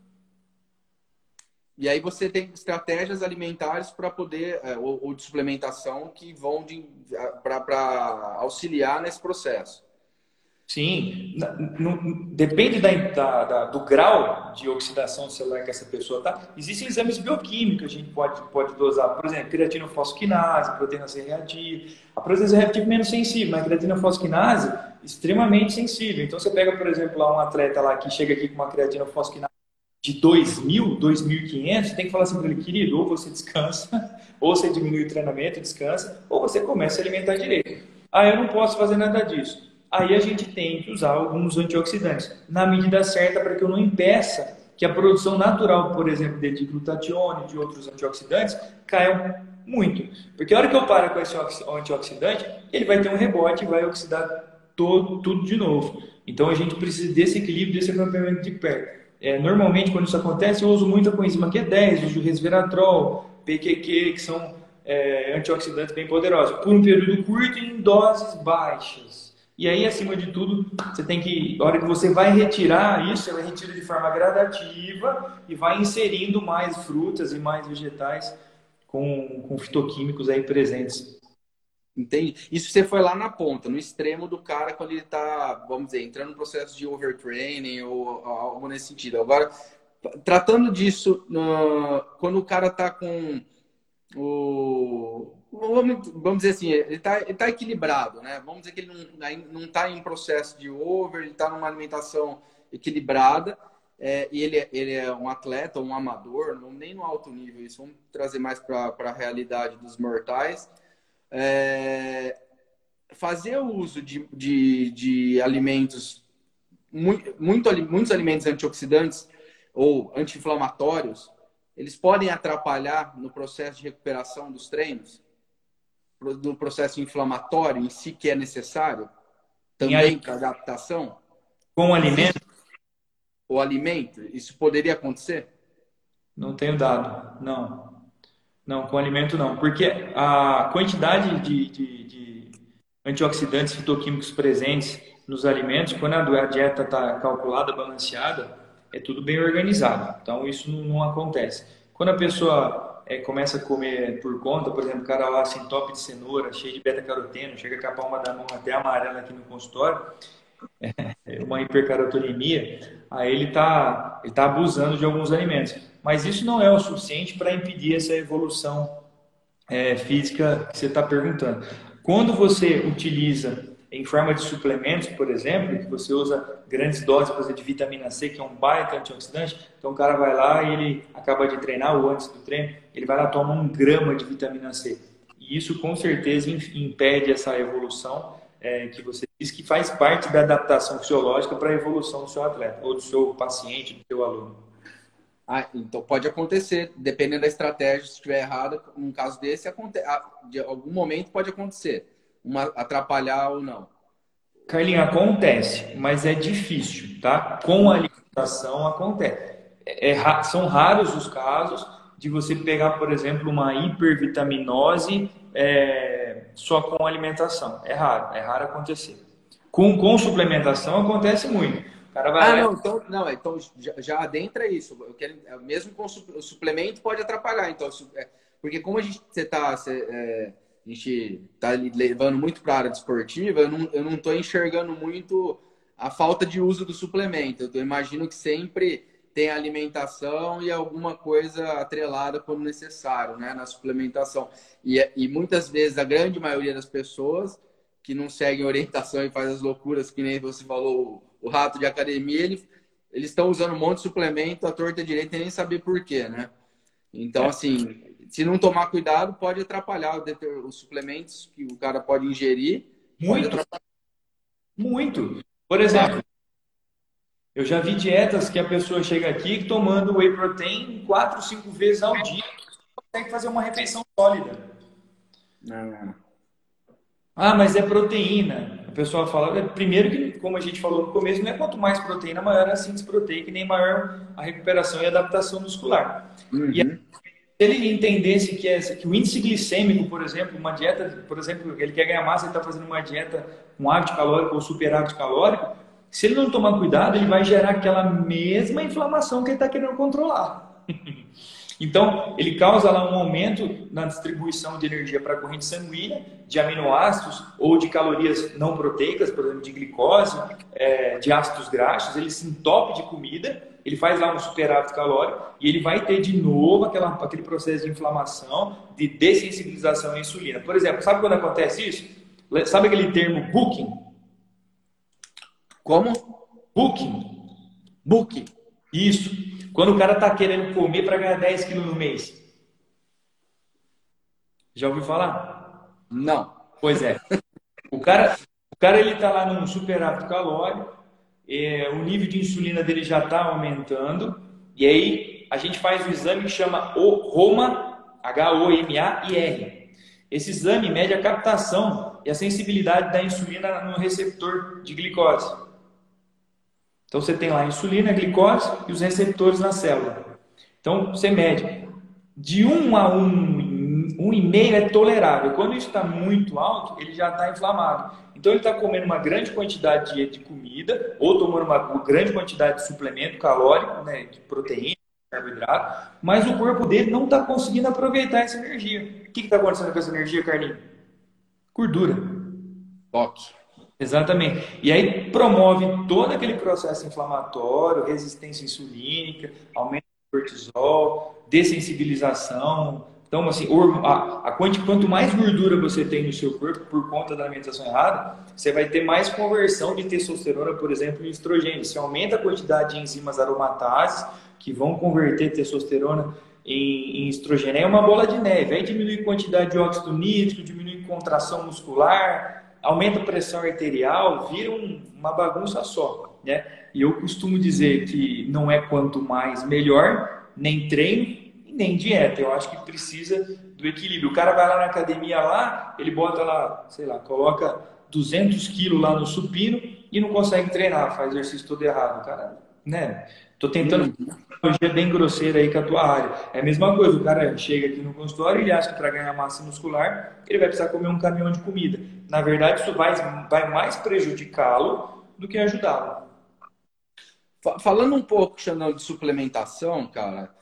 E aí você tem estratégias alimentares para poder, ou de suplementação, que vão para auxiliar nesse processo. Sim, depende do grau de oxidação celular que essa pessoa está. Existem exames bioquímicos que a gente pode dosar. Por exemplo, creatina fosfoquinase, proteína C reativa. A proteína C reativa é menos sensível, mas a creatina fosfoquinase extremamente sensível. Então você pega, por exemplo, lá um atleta lá que chega aqui com uma creatina fosfoquinase de 2.000, 2.500, você tem que falar assim para ele, querido, ou você descansa, ou você diminui o treinamento, descansa, ou você começa a alimentar direito. Ah, eu não posso fazer nada disso. Aí a gente tem que usar alguns antioxidantes, na medida certa, para que eu não impeça que a produção natural, por exemplo, de diglutatione, de outros antioxidantes, caia muito. Porque a hora que eu paro com esse antioxidante, ele vai ter um rebote e vai oxidar tudo de novo. Então a gente precisa desse equilíbrio, desse acompanhamento de perto. Normalmente, quando isso acontece, eu uso muito a coenzima Q10, uso resveratrol, PQQ, que são antioxidantes bem poderosos, por um período curto e em doses baixas. E aí, acima de tudo, você tem que, na hora que você vai retirar isso, você vai retirar de forma gradativa e vai inserindo mais frutas e mais vegetais com fitoquímicos aí presentes. Entende? Isso você foi lá na ponta, no extremo do cara quando ele tá, vamos dizer, entrando no processo de overtraining ou algo nesse sentido. Agora, tratando disso, quando o cara tá com o... Vamos dizer assim, ele tá equilibrado, né? Vamos dizer que ele não tá em processo de over, ele tá numa alimentação equilibrada, e ele é um atleta, um amador, não, nem no alto nível, isso vamos trazer mais para a realidade dos mortais. Fazer o uso de alimentos, muitos alimentos antioxidantes ou anti-inflamatórios, eles podem atrapalhar no processo de recuperação dos treinos, do processo inflamatório em si que é necessário, também para adaptação. Com alimento? O alimento, isso poderia acontecer? Não tenho dado, não. Não, com alimento não, porque a quantidade de antioxidantes fitoquímicos presentes nos alimentos, quando a dieta está calculada, balanceada, é tudo bem organizado. Então isso não acontece. Quando a pessoa começa a comer por conta, por exemplo, o cara lá sem top de cenoura, cheio de beta-caroteno, chega com a palma da mão até amarela aqui no consultório, uma hipercarotonemia, aí ele tá abusando de alguns alimentos. Mas isso não é o suficiente para impedir essa evolução física que você está perguntando. Quando você utiliza em forma de suplementos, por exemplo, que você usa grandes doses, por exemplo, de vitamina C, que é um baita antioxidante, então o cara vai lá e ele acaba de treinar ou antes do treino, ele vai lá tomar 1 grama de vitamina C. E isso com certeza impede essa evolução que você diz que faz parte da adaptação fisiológica para a evolução do seu atleta, ou do seu paciente, do seu aluno. Então pode acontecer, dependendo da estratégia, se estiver errada, num caso desse, de algum momento pode acontecer, atrapalhar ou não. Carlinhos, acontece, mas é difícil, tá? Com a alimentação acontece. São raros os casos de você pegar, por exemplo, uma hipervitaminose só com alimentação. É raro acontecer. Com suplementação acontece muito. O cara vai então já adentra isso. Mesmo com o suplemento pode atrapalhar. Então, porque como a gente está levando muito para a área desportiva, eu não estou enxergando muito a falta de uso do suplemento. Eu imagino que sempre tem alimentação e alguma coisa atrelada quando necessário, né, na suplementação. E muitas vezes, a grande maioria das pessoas que não seguem orientação e fazem as loucuras, que nem você falou, o rato de academia, eles estão usando um monte de suplemento à torta direita e nem saber por quê, né? Então, assim, se não tomar cuidado, pode atrapalhar os suplementos que o cara pode ingerir. Muito. Por exemplo, eu já vi dietas que a pessoa chega aqui tomando whey protein 4, 5 vezes ao dia. Consegue fazer uma refeição sólida. Mas é proteína. A pessoa fala, primeiro que, como a gente falou no começo, não é quanto mais proteína, maior a síntese proteica e nem maior a recuperação e adaptação muscular. Uhum. E se ele entendesse que o índice glicêmico, por exemplo, uma dieta, por exemplo, ele quer ganhar massa, ele está fazendo uma dieta com hábito calórico ou superávit calórico, se ele não tomar cuidado, ele vai gerar aquela mesma inflamação que ele está querendo controlar. Então, ele causa lá um aumento na distribuição de energia para a corrente sanguínea, de aminoácidos ou de calorias não proteicas, por exemplo, de glicose, de ácidos graxos. Ele se entope de comida, ele faz lá um superávit calórico e ele vai ter de novo aquele processo de inflamação, de dessensibilização à insulina. Por exemplo, sabe quando acontece isso? Sabe aquele termo booking? Como? Booking. Booking. Isso. Quando o cara está querendo comer para ganhar 10 quilos no mês. Já ouviu falar? Não. Pois é. O cara ele está lá num superávit calórico, o nível de insulina dele já está aumentando, e aí a gente faz um exame que chama HOMA, H-O-M-A-I-R. Esse exame mede a captação e a sensibilidade da insulina no receptor de glicose. Então você tem lá a insulina, a glicose e os receptores na célula. Então você mede de 1 a 1,5 é tolerável. Quando isso está muito alto, ele já está inflamado. Então ele está comendo uma grande quantidade de comida ou tomando uma grande quantidade de suplemento calórico, né, de proteína, carboidrato, mas o corpo dele não está conseguindo aproveitar essa energia. O que está acontecendo com essa energia, Carlinhos? Gordura. Toque. Exatamente. E aí promove todo aquele processo inflamatório, resistência insulínica, aumento do cortisol, dessensibilização. Então, assim, quanto mais gordura você tem no seu corpo por conta da alimentação errada, você vai ter mais conversão de testosterona, por exemplo, em estrogênio. Você aumenta a quantidade de enzimas aromatases que vão converter testosterona em estrogênio. É uma bola de neve. Aí diminui a quantidade de óxido nítrico, diminui a contração muscular, aumenta a pressão arterial, vira uma bagunça só, né? E eu costumo dizer que não é quanto mais melhor, nem treino, nem dieta. Eu acho que precisa do equilíbrio. O cara vai lá na academia lá, ele bota lá, sei lá, coloca 200 quilos lá no supino e não consegue treinar, faz exercício todo errado. Cara, né? Tô tentando uma analogia bem grosseira aí com a tua área. É a mesma coisa, o cara chega aqui no consultório e ele acha que para ganhar massa muscular, ele vai precisar comer um caminhão de comida. Na verdade, isso vai mais prejudicá-lo do que ajudá-lo. Falando um pouco, Xandão, de suplementação, cara,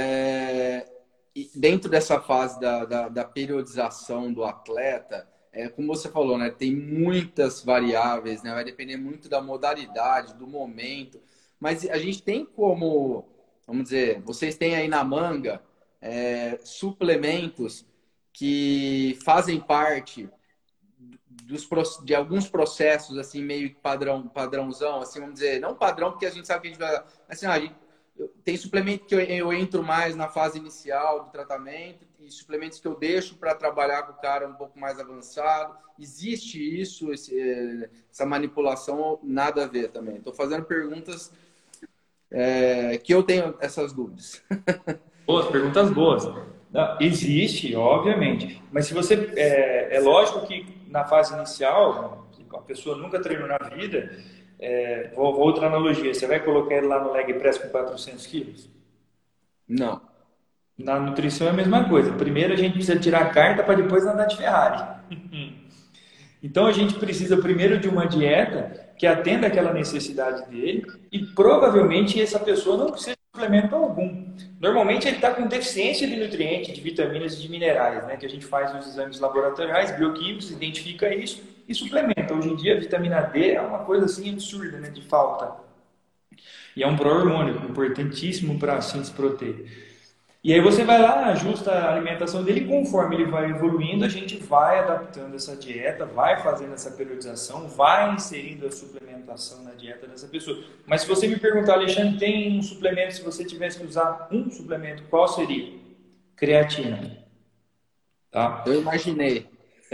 dentro dessa fase da periodização do atleta, como você falou, né, tem muitas variáveis, né, vai depender muito da modalidade, do momento, mas a gente tem como, vamos dizer, vocês têm aí na manga suplementos que fazem parte de alguns processos, assim, meio padrãozão, assim, vamos dizer, não padrão, porque a gente sabe que a gente vai... Assim, tem suplemento que eu entro mais na fase inicial do tratamento e suplementos que eu deixo para trabalhar com o cara um pouco mais avançado. Existe isso, essa manipulação, nada a ver também. Estou fazendo perguntas que eu tenho essas dúvidas. Boas, perguntas boas. Não, existe, obviamente, mas se você... É lógico que na fase inicial, a pessoa nunca treinou na vida, outra analogia, você vai colocar ele lá no leg press com 400 quilos? Não. Na nutrição é a mesma coisa. Primeiro a gente precisa tirar a carta para depois andar de Ferrari. Então a gente precisa primeiro de uma dieta que atenda aquela necessidade dele e provavelmente essa pessoa não precisa de suplemento algum. Normalmente ele está com deficiência de nutrientes, de vitaminas e de minerais, né? Que a gente faz nos exames laboratoriais, bioquímicos, identifica isso e suplementa. Hoje em dia a vitamina D é uma coisa assim absurda, né? De falta. E é um pró-hormônio importantíssimo para a síntese proteica. E aí você vai lá, ajusta a alimentação dele e conforme ele vai evoluindo, a gente vai adaptando essa dieta, vai fazendo essa periodização, vai inserindo a suplementação na dieta dessa pessoa. Mas se você me perguntar, Alexandre, tem um suplemento, se você tivesse que usar um suplemento, qual seria? Creatina. Tá? Eu imaginei.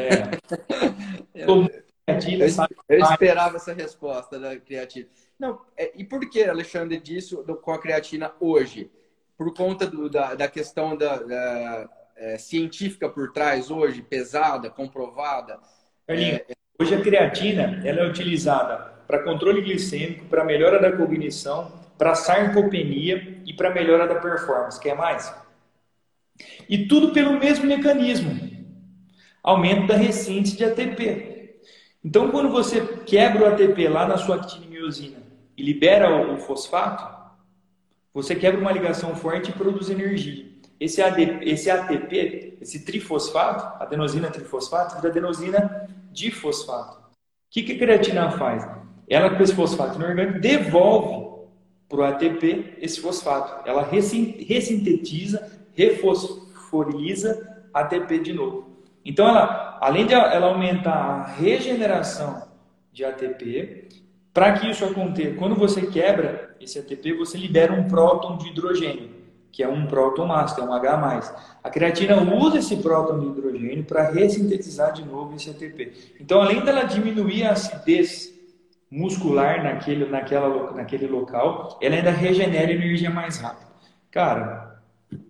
Creatina, eu esperava essa resposta da creatina. Não, e por que, Alexandre, disso com a creatina hoje? Por conta da questão científica por trás hoje, pesada, comprovada? Carlinhos, hoje a creatina ela é utilizada para controle glicêmico, para melhora da cognição, para sarcopenia e para melhora da performance. Quer mais? E tudo pelo mesmo mecanismo. Aumento da ressíntese de ATP. Então, quando você quebra o ATP lá na sua actinimiosina e libera o fosfato, você quebra uma ligação forte e produz energia. Esse ATP, esse trifosfato, adenosina trifosfato, vira adenosina difosfato. O que a creatina faz? Ela, com esse fosfato inorgânico, devolve para o ATP esse fosfato. Ela ressintetiza, refosforiza ATP de novo. Então, além de ela aumentar a regeneração de ATP, Para que isso aconteça, quando você quebra esse ATP, você libera um próton de hidrogênio, que é um próton máximo, é um H+. A creatina usa esse próton de hidrogênio para ressintetizar de novo esse ATP. Então, além dela diminuir a acidez muscular naquele local, ela ainda regenera energia mais rápido. Cara,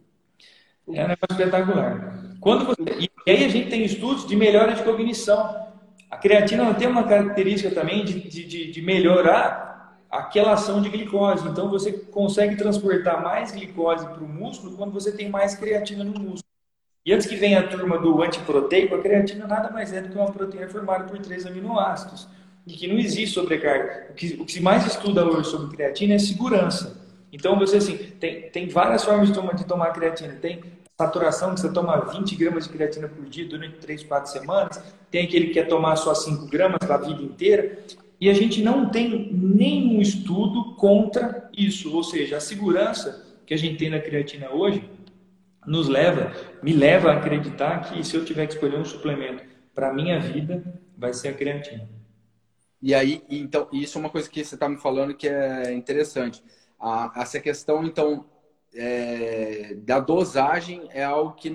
é um negócio espetacular. E aí a gente tem estudos de melhora de cognição. A creatina ela tem uma característica também de melhorar aquela ação de glicose. Então você consegue transportar mais glicose para o músculo quando você tem mais creatina no músculo. E antes que venha a turma do antiproteico, a creatina nada mais é do que uma proteína formada por 3 aminoácidos. E que não existe sobrecarga. O que se mais estuda hoje sobre creatina é segurança. Então você assim, tem várias formas de tomar creatina. Tem saturação, que você toma 20 gramas de creatina por dia durante 3, 4 semanas. Tem aquele que quer tomar só 5 gramas a vida inteira. E a gente não tem nenhum estudo contra isso. Ou seja, a segurança que a gente tem na creatina hoje me leva a acreditar que se eu tiver que escolher um suplemento para a minha vida, vai ser a creatina. E aí, então, isso é uma coisa que você está me falando que é interessante. Essa questão, então, da dosagem é algo que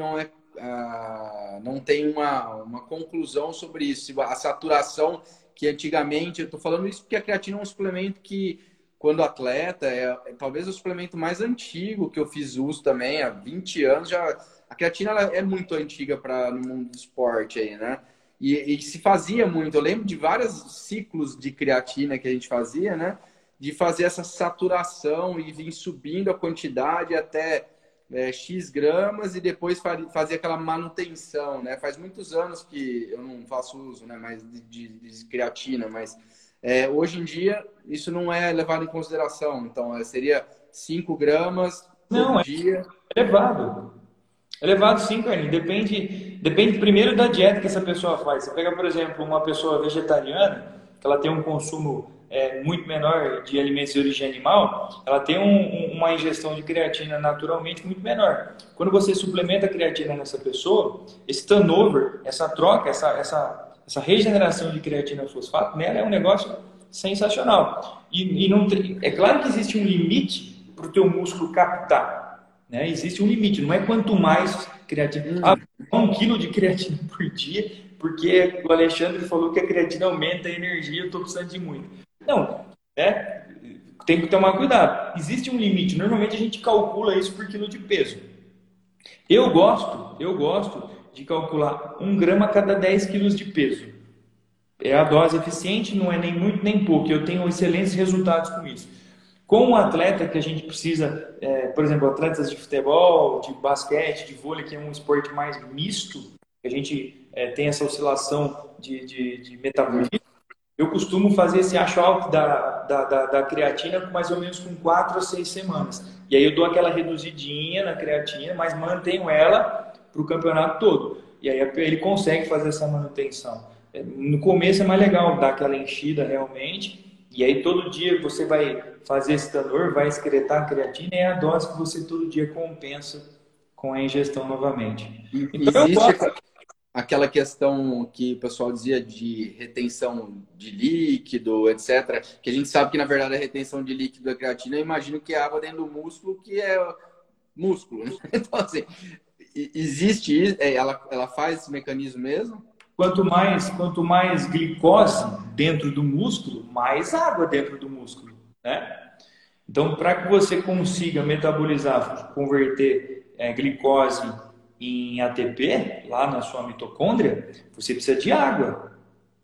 não tem uma conclusão sobre isso. A saturação, que antigamente, eu estou falando isso porque a creatina é um suplemento que, quando atleta, talvez o suplemento mais antigo que eu fiz uso também, há 20 anos, a creatina ela é muito antiga no mundo do esporte aí, né? E se fazia muito. Eu lembro de vários ciclos de creatina que a gente fazia, né? De fazer essa saturação e vir subindo a quantidade até X gramas e depois fazer aquela manutenção, né? Faz muitos anos que eu não faço uso, né, mais de creatina, mas hoje em dia isso não é levado em consideração. Então, seria 5 gramas por dia. É elevado. Elevado sim, Carlinhos. Depende primeiro da dieta que essa pessoa faz. Você pega, por exemplo, uma pessoa vegetariana, que ela tem um consumo muito menor de alimentos de origem animal, ela tem uma ingestão de creatina naturalmente muito menor. Quando você suplementa a creatina nessa pessoa, esse turnover, essa troca, essa regeneração de creatina fosfato nela é um negócio sensacional. E não é claro que existe um limite para o teu músculo captar. Né? Existe um limite, não é quanto mais creatina. 1 quilo de creatina por dia, porque o Alexandre falou que a creatina aumenta a energia, eu estou precisando de muito. Não, né? Tem que tomar cuidado. Existe um limite, normalmente a gente calcula isso por quilo de peso. Eu gosto de calcular 1 grama a cada 10 quilos de peso. É a dose eficiente, não é nem muito nem pouco. Eu tenho excelentes resultados com isso. Com um atleta que a gente precisa, por exemplo, atletas de futebol, de basquete, de vôlei, que é um esporte mais misto, que a gente tem essa oscilação de metabolismo, eu costumo fazer esse acho alto da creatina com mais ou menos com 4 a 6 semanas. E aí eu dou aquela reduzidinha na creatina, mas mantenho ela para o campeonato todo. E aí ele consegue fazer essa manutenção. No começo é mais legal dar aquela enchida realmente. E aí todo dia você vai fazer esse turnover, vai excretar a creatina e é a dose que você todo dia compensa com a ingestão novamente. Então, existe aquela questão que o pessoal dizia de retenção de líquido, etc. Que a gente sabe que na verdade a retenção de líquido da creatina, eu imagino que é água dentro do músculo, que é músculo. Né? Então assim, existe isso, ela faz esse mecanismo mesmo? Quanto mais glicose dentro do músculo, mais água dentro do músculo, né? Então, para que você consiga metabolizar, converter glicose em ATP, lá na sua mitocôndria, você precisa de água.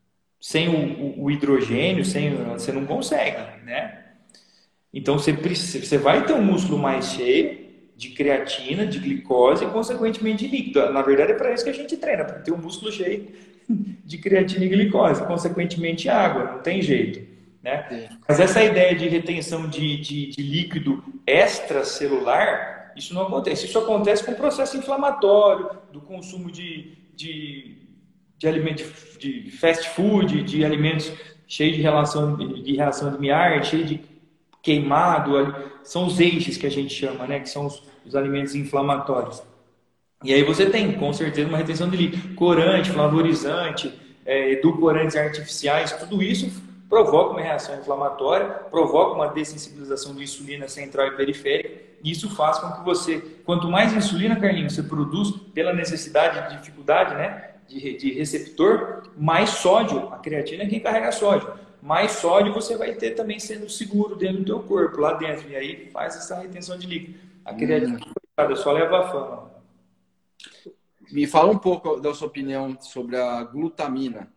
Sem o hidrogênio, você não consegue, né? Então, você vai ter um músculo mais cheio de creatina, de glicose e, consequentemente, de líquido. Na verdade, é para isso que a gente treina, para ter um músculo cheio de creatina e glicose, consequentemente, água, não tem jeito. Né? Mas essa ideia de retenção de líquido extracelular, isso não acontece. Isso acontece com o processo inflamatório, do consumo de alimentos, de fast food, de alimentos cheios de reação de Maillard, cheio de queimado, são os eixes que a gente chama, né? Que são os alimentos inflamatórios. E aí você tem, com certeza, uma retenção de líquido. Corante, flavorizante, edulcorantes artificiais, tudo isso provoca uma reação inflamatória, provoca uma dessensibilização de insulina central e periférica, e isso faz com que você, quanto mais insulina, Carlinhos, você produz pela necessidade, dificuldade, né, de receptor, mais sódio, a creatina é quem carrega sódio, mais sódio você vai ter também sendo seguro dentro do teu corpo, lá dentro, e aí faz essa retenção de líquido. A creatina, só leva a fama. Me fala um pouco da sua opinião sobre a glutamina.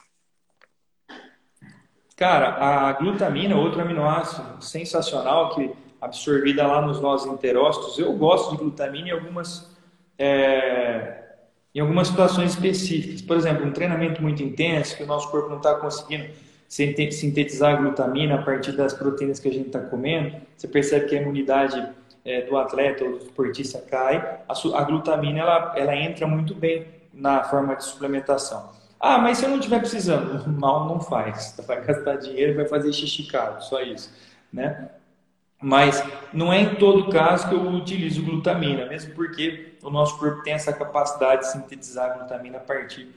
Cara, a glutamina, outro aminoácido sensacional que absorvida lá nos nossos enterócitos. Eu gosto de glutamina em algumas situações específicas. Por exemplo, um treinamento muito intenso que o nosso corpo não está conseguindo sintetizar a glutamina a partir das proteínas que a gente está comendo. Você percebe que a imunidade do atleta ou do esportista cai. A glutamina ela entra muito bem na forma de suplementação. Ah, mas se eu não estiver precisando, mal não faz. Você vai gastar dinheiro e vai fazer xixi caro, só isso, né? Mas não é em todo caso que eu utilizo glutamina, mesmo porque o nosso corpo tem essa capacidade de sintetizar a glutamina a partir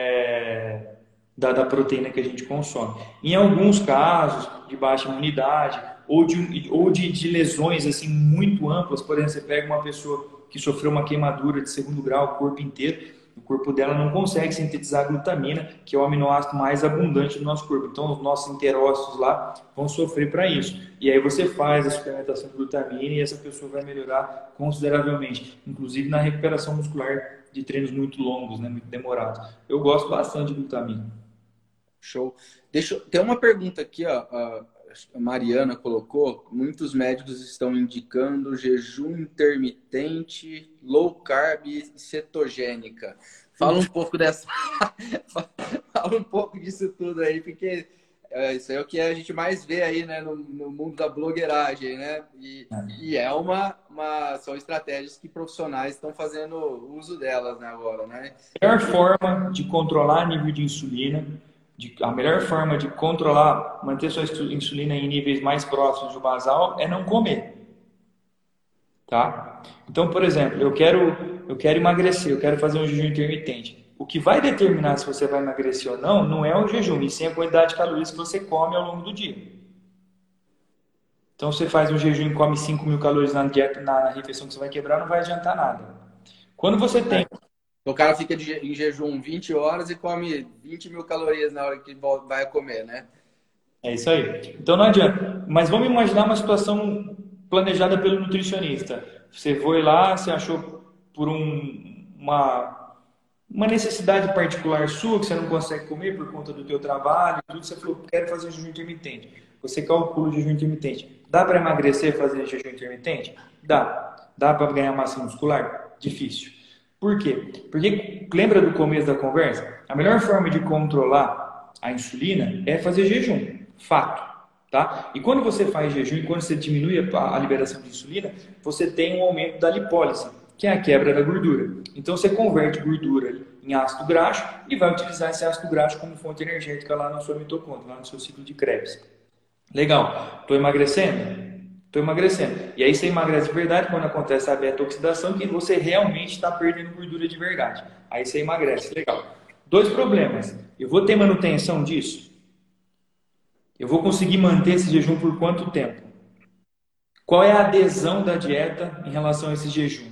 da proteína que a gente consome. Em alguns casos de baixa imunidade ou de lesões assim, muito amplas, por exemplo, você pega uma pessoa que sofreu uma queimadura de 2º grau, o corpo inteiro, o corpo dela não consegue sintetizar a glutamina, que é o aminoácido mais abundante do nosso corpo. Então, os nossos enterócitos lá vão sofrer para isso. E aí você faz a suplementação de glutamina e essa pessoa vai melhorar consideravelmente, inclusive na recuperação muscular de treinos muito longos, né, muito demorados. Eu gosto bastante de glutamina. Show. Tem uma pergunta aqui, ó, a Mariana colocou. Muitos médicos estão indicando jejum intermitente, low carb e cetogênica. Fala um pouco Fala um pouco disso tudo aí, porque isso é o que a gente mais vê aí, né, no mundo da blogueiragem, né? E são estratégias que profissionais estão fazendo uso delas, né, agora, né? A melhor forma de controlar nível de insulina, a melhor forma de controlar, manter sua insulina em níveis mais próximos do basal é não comer. Tá? Então, por exemplo, eu quero emagrecer, eu quero fazer um jejum intermitente. O que vai determinar se você vai emagrecer ou não é o jejum, e sim a quantidade de calorias que você come ao longo do dia. Então, você faz um jejum e come 5.000 calorias na dieta, na refeição que você vai quebrar, não vai adiantar nada. Quando você tem... O cara fica em jejum 20 horas e come 20.000 calorias na hora que vai comer, né? É isso aí. Então não adianta. Mas vamos imaginar uma situação planejada pelo nutricionista. Você foi lá, você achou por uma necessidade particular sua, que você não consegue comer por conta do teu trabalho, tudo, você falou, quero fazer jejum intermitente. Você calcula o jejum intermitente. Dá para emagrecer fazendo jejum intermitente? Dá. Dá para ganhar massa muscular? Difícil. Por quê? Porque, lembra do começo da conversa? A melhor forma de controlar a insulina é fazer jejum. Fato. Tá? E quando você faz jejum e quando você diminui a liberação de insulina, você tem um aumento da lipólise, que é a quebra da gordura. Então você converte gordura em ácido graxo e vai utilizar esse ácido graxo como fonte energética lá na sua mitocôndria, lá no seu ciclo de Krebs. Legal. Estou emagrecendo? Estou emagrecendo. E aí você emagrece de verdade quando acontece a beta-oxidação, que você realmente está perdendo gordura de verdade. Aí você emagrece. Legal. 2 problemas. Eu vou ter manutenção disso? Eu vou conseguir manter esse jejum por quanto tempo? Qual é a adesão da dieta em relação a esse jejum?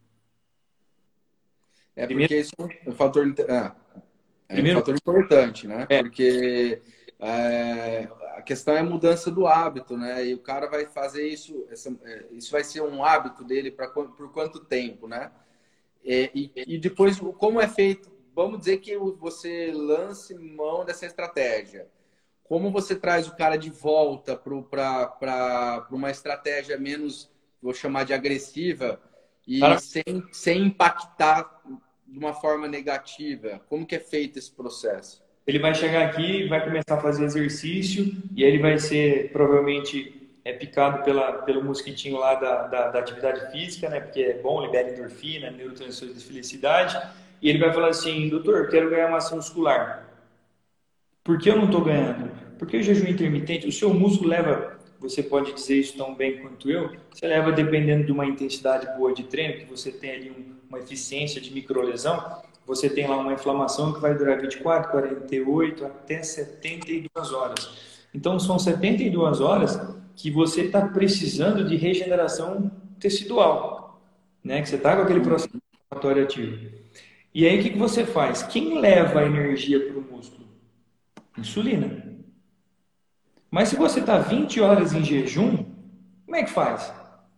Porque isso é um fator, um fator importante, né? Porque a questão é a mudança do hábito, né? E o cara vai fazer isso, isso vai ser um hábito dele por quanto tempo, né? E depois, como é feito, vamos dizer que você lance mão dessa estratégia. Como você traz o cara de volta para uma estratégia menos, vou chamar de agressiva, e sem impactar de uma forma negativa? Como que é feito esse processo? Ele vai chegar aqui, vai começar a fazer exercício e aí ele vai ser provavelmente picado pelo mosquitinho lá da atividade física, né? Porque é bom, libera endorfina, neurotransmissores de felicidade. E ele vai falar assim, doutor, eu quero ganhar massa muscular. Por que eu não estou ganhando? Porque o jejum intermitente, o seu músculo leva, você pode dizer isso tão bem quanto eu, você leva dependendo de uma intensidade boa de treino, que você tem ali uma eficiência de microlesão, você tem lá uma inflamação que vai durar 24, 48 até 72 horas. Então, são 72 horas que você está precisando de regeneração tecidual, né? Que você está com aquele processo inflamatório ativo. E aí, o que você faz? Quem leva a energia para o músculo? Insulina. Mas se você está 20 horas em jejum, como é que faz?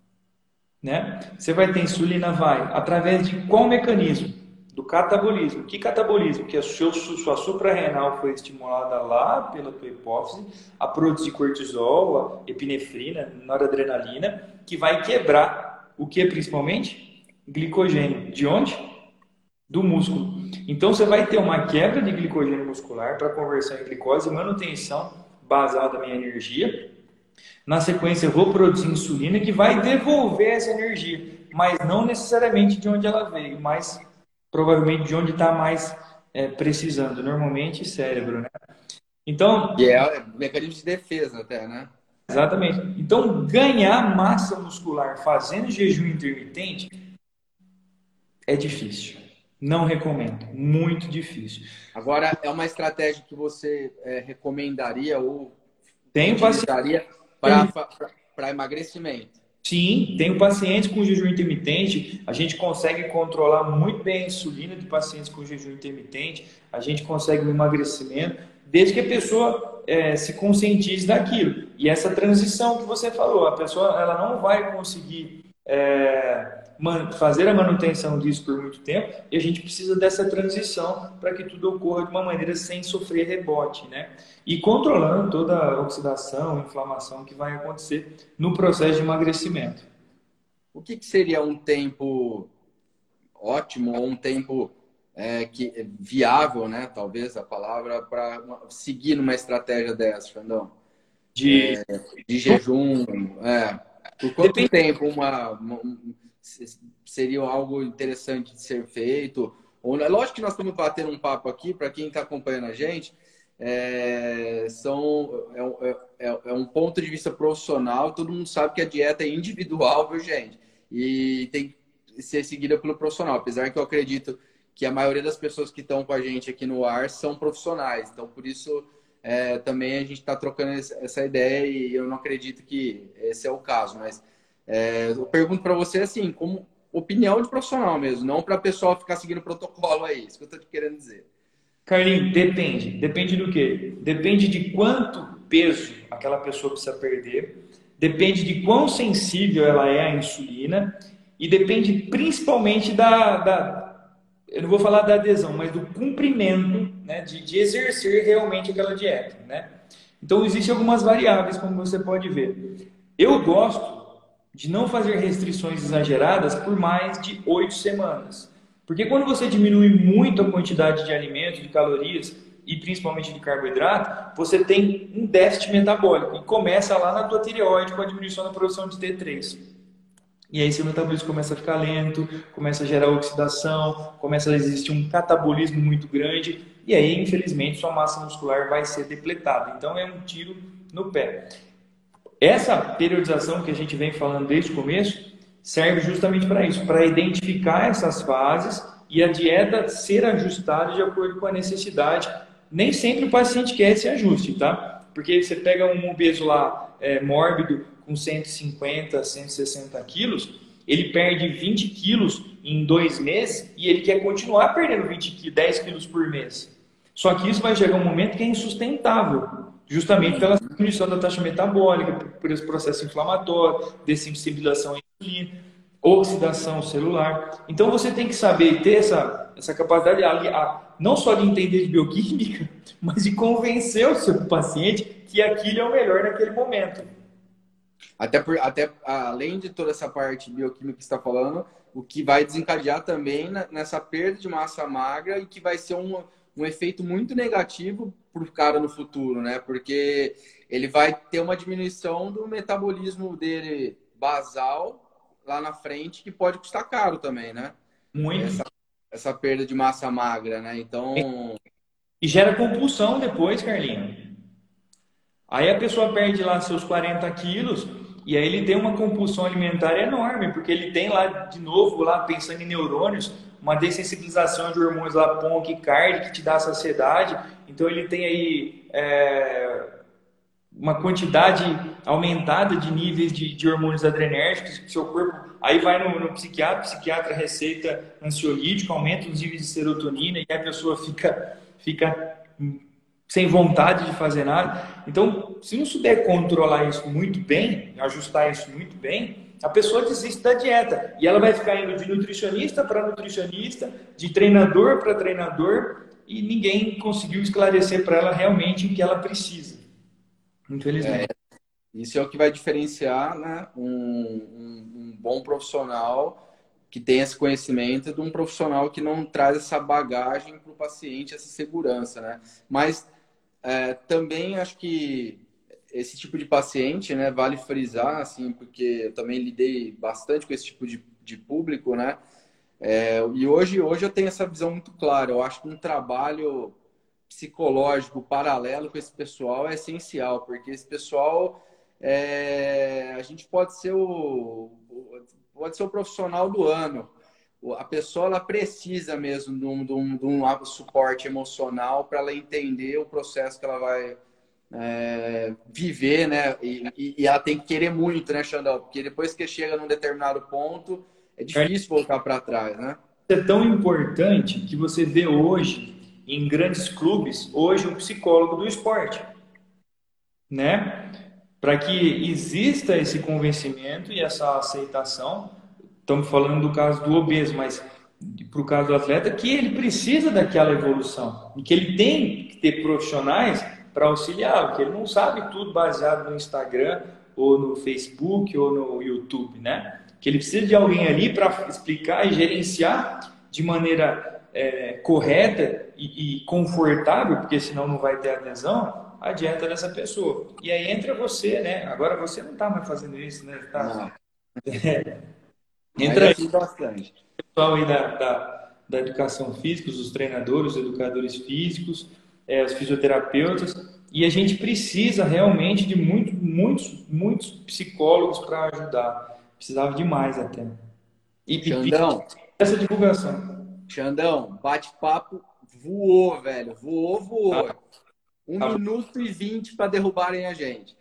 Né? Você vai ter insulina, vai, através de qual mecanismo? Do catabolismo. Que catabolismo? Que a sua suprarrenal foi estimulada lá pela tua hipófise a produzir cortisol, a epinefrina, noradrenalina, que vai quebrar o que principalmente? Glicogênio. De onde? Do músculo. Então você vai ter uma quebra de glicogênio muscular para conversão em glicose e manutenção basal da minha energia. Na sequência eu vou produzir insulina que vai devolver essa energia, mas não necessariamente de onde ela veio, mas provavelmente de onde está mais precisando, normalmente cérebro, né? Então, E é mecanismo de defesa até, né? exatamente. Então, ganhar massa muscular fazendo jejum intermitente é difícil. Não recomendo. Muito difícil. Agora, é uma estratégia que você recomendaria ou Tenho utilizaria para emagrecimento? Sim, tenho pacientes com jejum intermitente, a gente consegue controlar muito bem a insulina de pacientes com jejum intermitente, a gente consegue um emagrecimento, desde que a pessoa se conscientize daquilo. E essa transição que você falou, a pessoa ela não vai conseguir fazer a manutenção disso por muito tempo, e a gente precisa dessa transição para que tudo ocorra de uma maneira sem sofrer rebote, né? E controlando toda a oxidação, inflamação que vai acontecer no processo de emagrecimento. O que seria um tempo ótimo ou um tempo viável, né? Talvez a palavra, para seguir numa estratégia dessa, Xandão? De jejum. Por quanto tempo seria algo interessante de ser feito? Lógico que nós estamos batendo um papo aqui, para quem está acompanhando a gente, é um ponto de vista profissional. Todo mundo sabe que a dieta é individual, viu, gente? E tem que ser seguida pelo profissional. Apesar que eu acredito que a maioria das pessoas que estão com a gente aqui no ar são profissionais. Então, por isso, também a gente está trocando essa ideia e eu não acredito que esse é o caso. Mas eu pergunto para você, assim, como opinião de profissional mesmo, não para a pessoa ficar seguindo protocolo aí. Isso que eu estou te querendo dizer. Carlinhos, depende. Depende do quê? Depende de quanto peso aquela pessoa precisa perder, depende de quão sensível ela é à insulina e depende principalmente eu não vou falar da adesão, mas do cumprimento, né, de exercer realmente aquela dieta, né? Então, existem algumas variáveis, como você pode ver. Eu gosto de não fazer restrições exageradas por mais de 8 semanas. Porque quando você diminui muito a quantidade de alimentos, de calorias e principalmente de carboidrato, você tem um déficit metabólico e começa lá na tua tireoide com a diminuição da produção de T3. E aí seu metabolismo começa a ficar lento, começa a gerar oxidação, começa a existir um catabolismo muito grande e aí, infelizmente, sua massa muscular vai ser depletada. Então é um tiro no pé. Essa periodização que a gente vem falando desde o começo serve justamente para isso, para identificar essas fases e a dieta ser ajustada de acordo com a necessidade. Nem sempre o paciente quer esse ajuste, tá? Porque você pega um obeso lá mórbido com 150, 160 quilos, ele perde 20 quilos em 2 meses e ele quer continuar perdendo 10 quilos por mês. Só que isso vai chegar um momento que é insustentável. Justamente pela diminuição da taxa metabólica, por esse processo inflamatório, dessensibilização à insulina, oxidação celular. Então você tem que saber ter essa capacidade não só de entender de bioquímica, mas de convencer o seu paciente que aquilo é o melhor naquele momento. Até além de toda essa parte bioquímica que você está falando, o que vai desencadear também nessa perda de massa magra e que vai ser um efeito muito negativo para o cara no futuro, né? Porque ele vai ter uma diminuição do metabolismo dele basal lá na frente, que pode custar caro também, né? Muito. Essa perda de massa magra, né? Então... E gera compulsão depois, Carlinhos. Aí a pessoa perde lá seus 40 quilos e aí ele tem uma compulsão alimentar enorme, porque ele tem lá, de novo, lá pensando em neurônios, uma dessensibilização de hormônios lá, PONC e CARD, que te dá saciedade. Então ele tem aí uma quantidade aumentada de níveis de hormônios adrenérgicos que seu corpo... Aí vai no psiquiatra, o psiquiatra receita ansiolítico, aumenta os níveis de serotonina e a pessoa fica sem vontade de fazer nada. Então, se não souber controlar isso muito bem, ajustar isso muito bem, a pessoa desiste da dieta. E ela vai ficar indo de nutricionista para nutricionista, de treinador para treinador, e ninguém conseguiu esclarecer para ela realmente o que ela precisa. Infelizmente. Isso é o que vai diferenciar, né, um bom profissional que tem esse conhecimento de um profissional que não traz essa bagagem para o paciente, essa segurança, né? Mas também acho que esse tipo de paciente, né, vale frisar, assim, porque eu também lidei bastante com esse tipo de público, né? E hoje eu tenho essa visão muito clara. Eu acho que um trabalho psicológico paralelo com esse pessoal é essencial, porque esse pessoal, a gente pode ser o profissional do ano. A pessoa ela precisa mesmo de um suporte emocional para ela entender o processo que ela vai viver, né? E ela tem que querer muito, né, Xandão? Porque depois que chega num determinado ponto, é difícil voltar para trás, né? É tão importante que você vê hoje, em grandes clubes, hoje um psicólogo do esporte, né? Para que exista esse convencimento e essa aceitação. Estamos falando do caso do obeso, mas para o caso do atleta, que ele precisa daquela evolução e que ele tem que ter profissionais para auxiliá-lo, que ele não sabe tudo baseado no Instagram ou no Facebook ou no YouTube, né? Que ele precisa de alguém ali para explicar e gerenciar de maneira correta e confortável, porque senão não vai ter adesão, a dieta dessa pessoa. E aí entra você, né? Agora você não está mais fazendo isso, né? Tá... Entra aí bastante. O pessoal aí da educação física, os treinadores, os educadores físicos, os fisioterapeutas, e a gente precisa realmente de muitos psicólogos para ajudar. Precisava demais até. E Xandão, essa divulgação. Xandão, bate-papo voou, velho. Voou. 1 minuto e 20 para derrubarem a gente.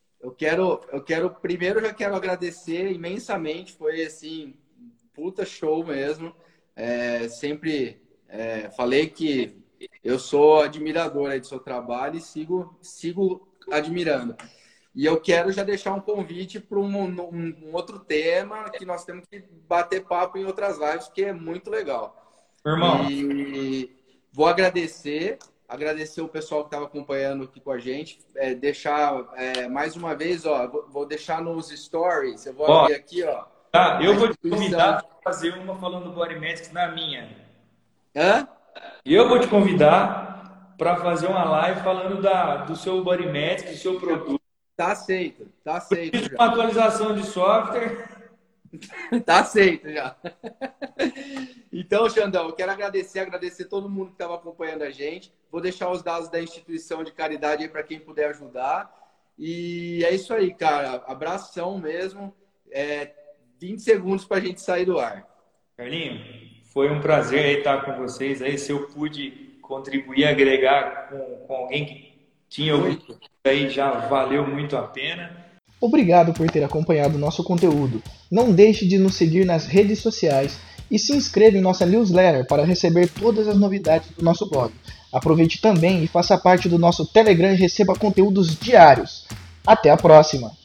Primeiro, já quero agradecer imensamente. Foi assim, puta show mesmo. Sempre falei que eu sou admirador aí do seu trabalho e sigo admirando. E eu quero já deixar um convite para um outro tema que nós temos que bater papo em outras lives, que é muito legal. Irmão. E vou agradecer o pessoal que estava acompanhando aqui com a gente. Deixar mais uma vez, ó, vou deixar nos stories. Eu vou abrir aqui, ó. Tá, eu vou te convidar para fazer uma falando do Body Metrics na minha. Hã? Eu vou te convidar para fazer uma live falando do seu Body Metrics, do seu produto. Tá aceito. Preciso de uma atualização de software. Tá aceito já. Então, Xandão, eu quero agradecer todo mundo que estava acompanhando a gente. Vou deixar os dados da instituição de caridade aí para quem puder ajudar. E é isso aí, cara. Abração mesmo. 20 segundos para a gente sair do ar. Carlinho, foi um prazer aí estar com vocês. Aí, se eu pude contribuir, agregar com alguém que tinha algum aí, já valeu muito a pena. Obrigado por ter acompanhado nosso conteúdo. Não deixe de nos seguir nas redes sociais e se inscreva em nossa newsletter para receber todas as novidades do nosso blog. Aproveite também e faça parte do nosso Telegram e receba conteúdos diários. Até a próxima!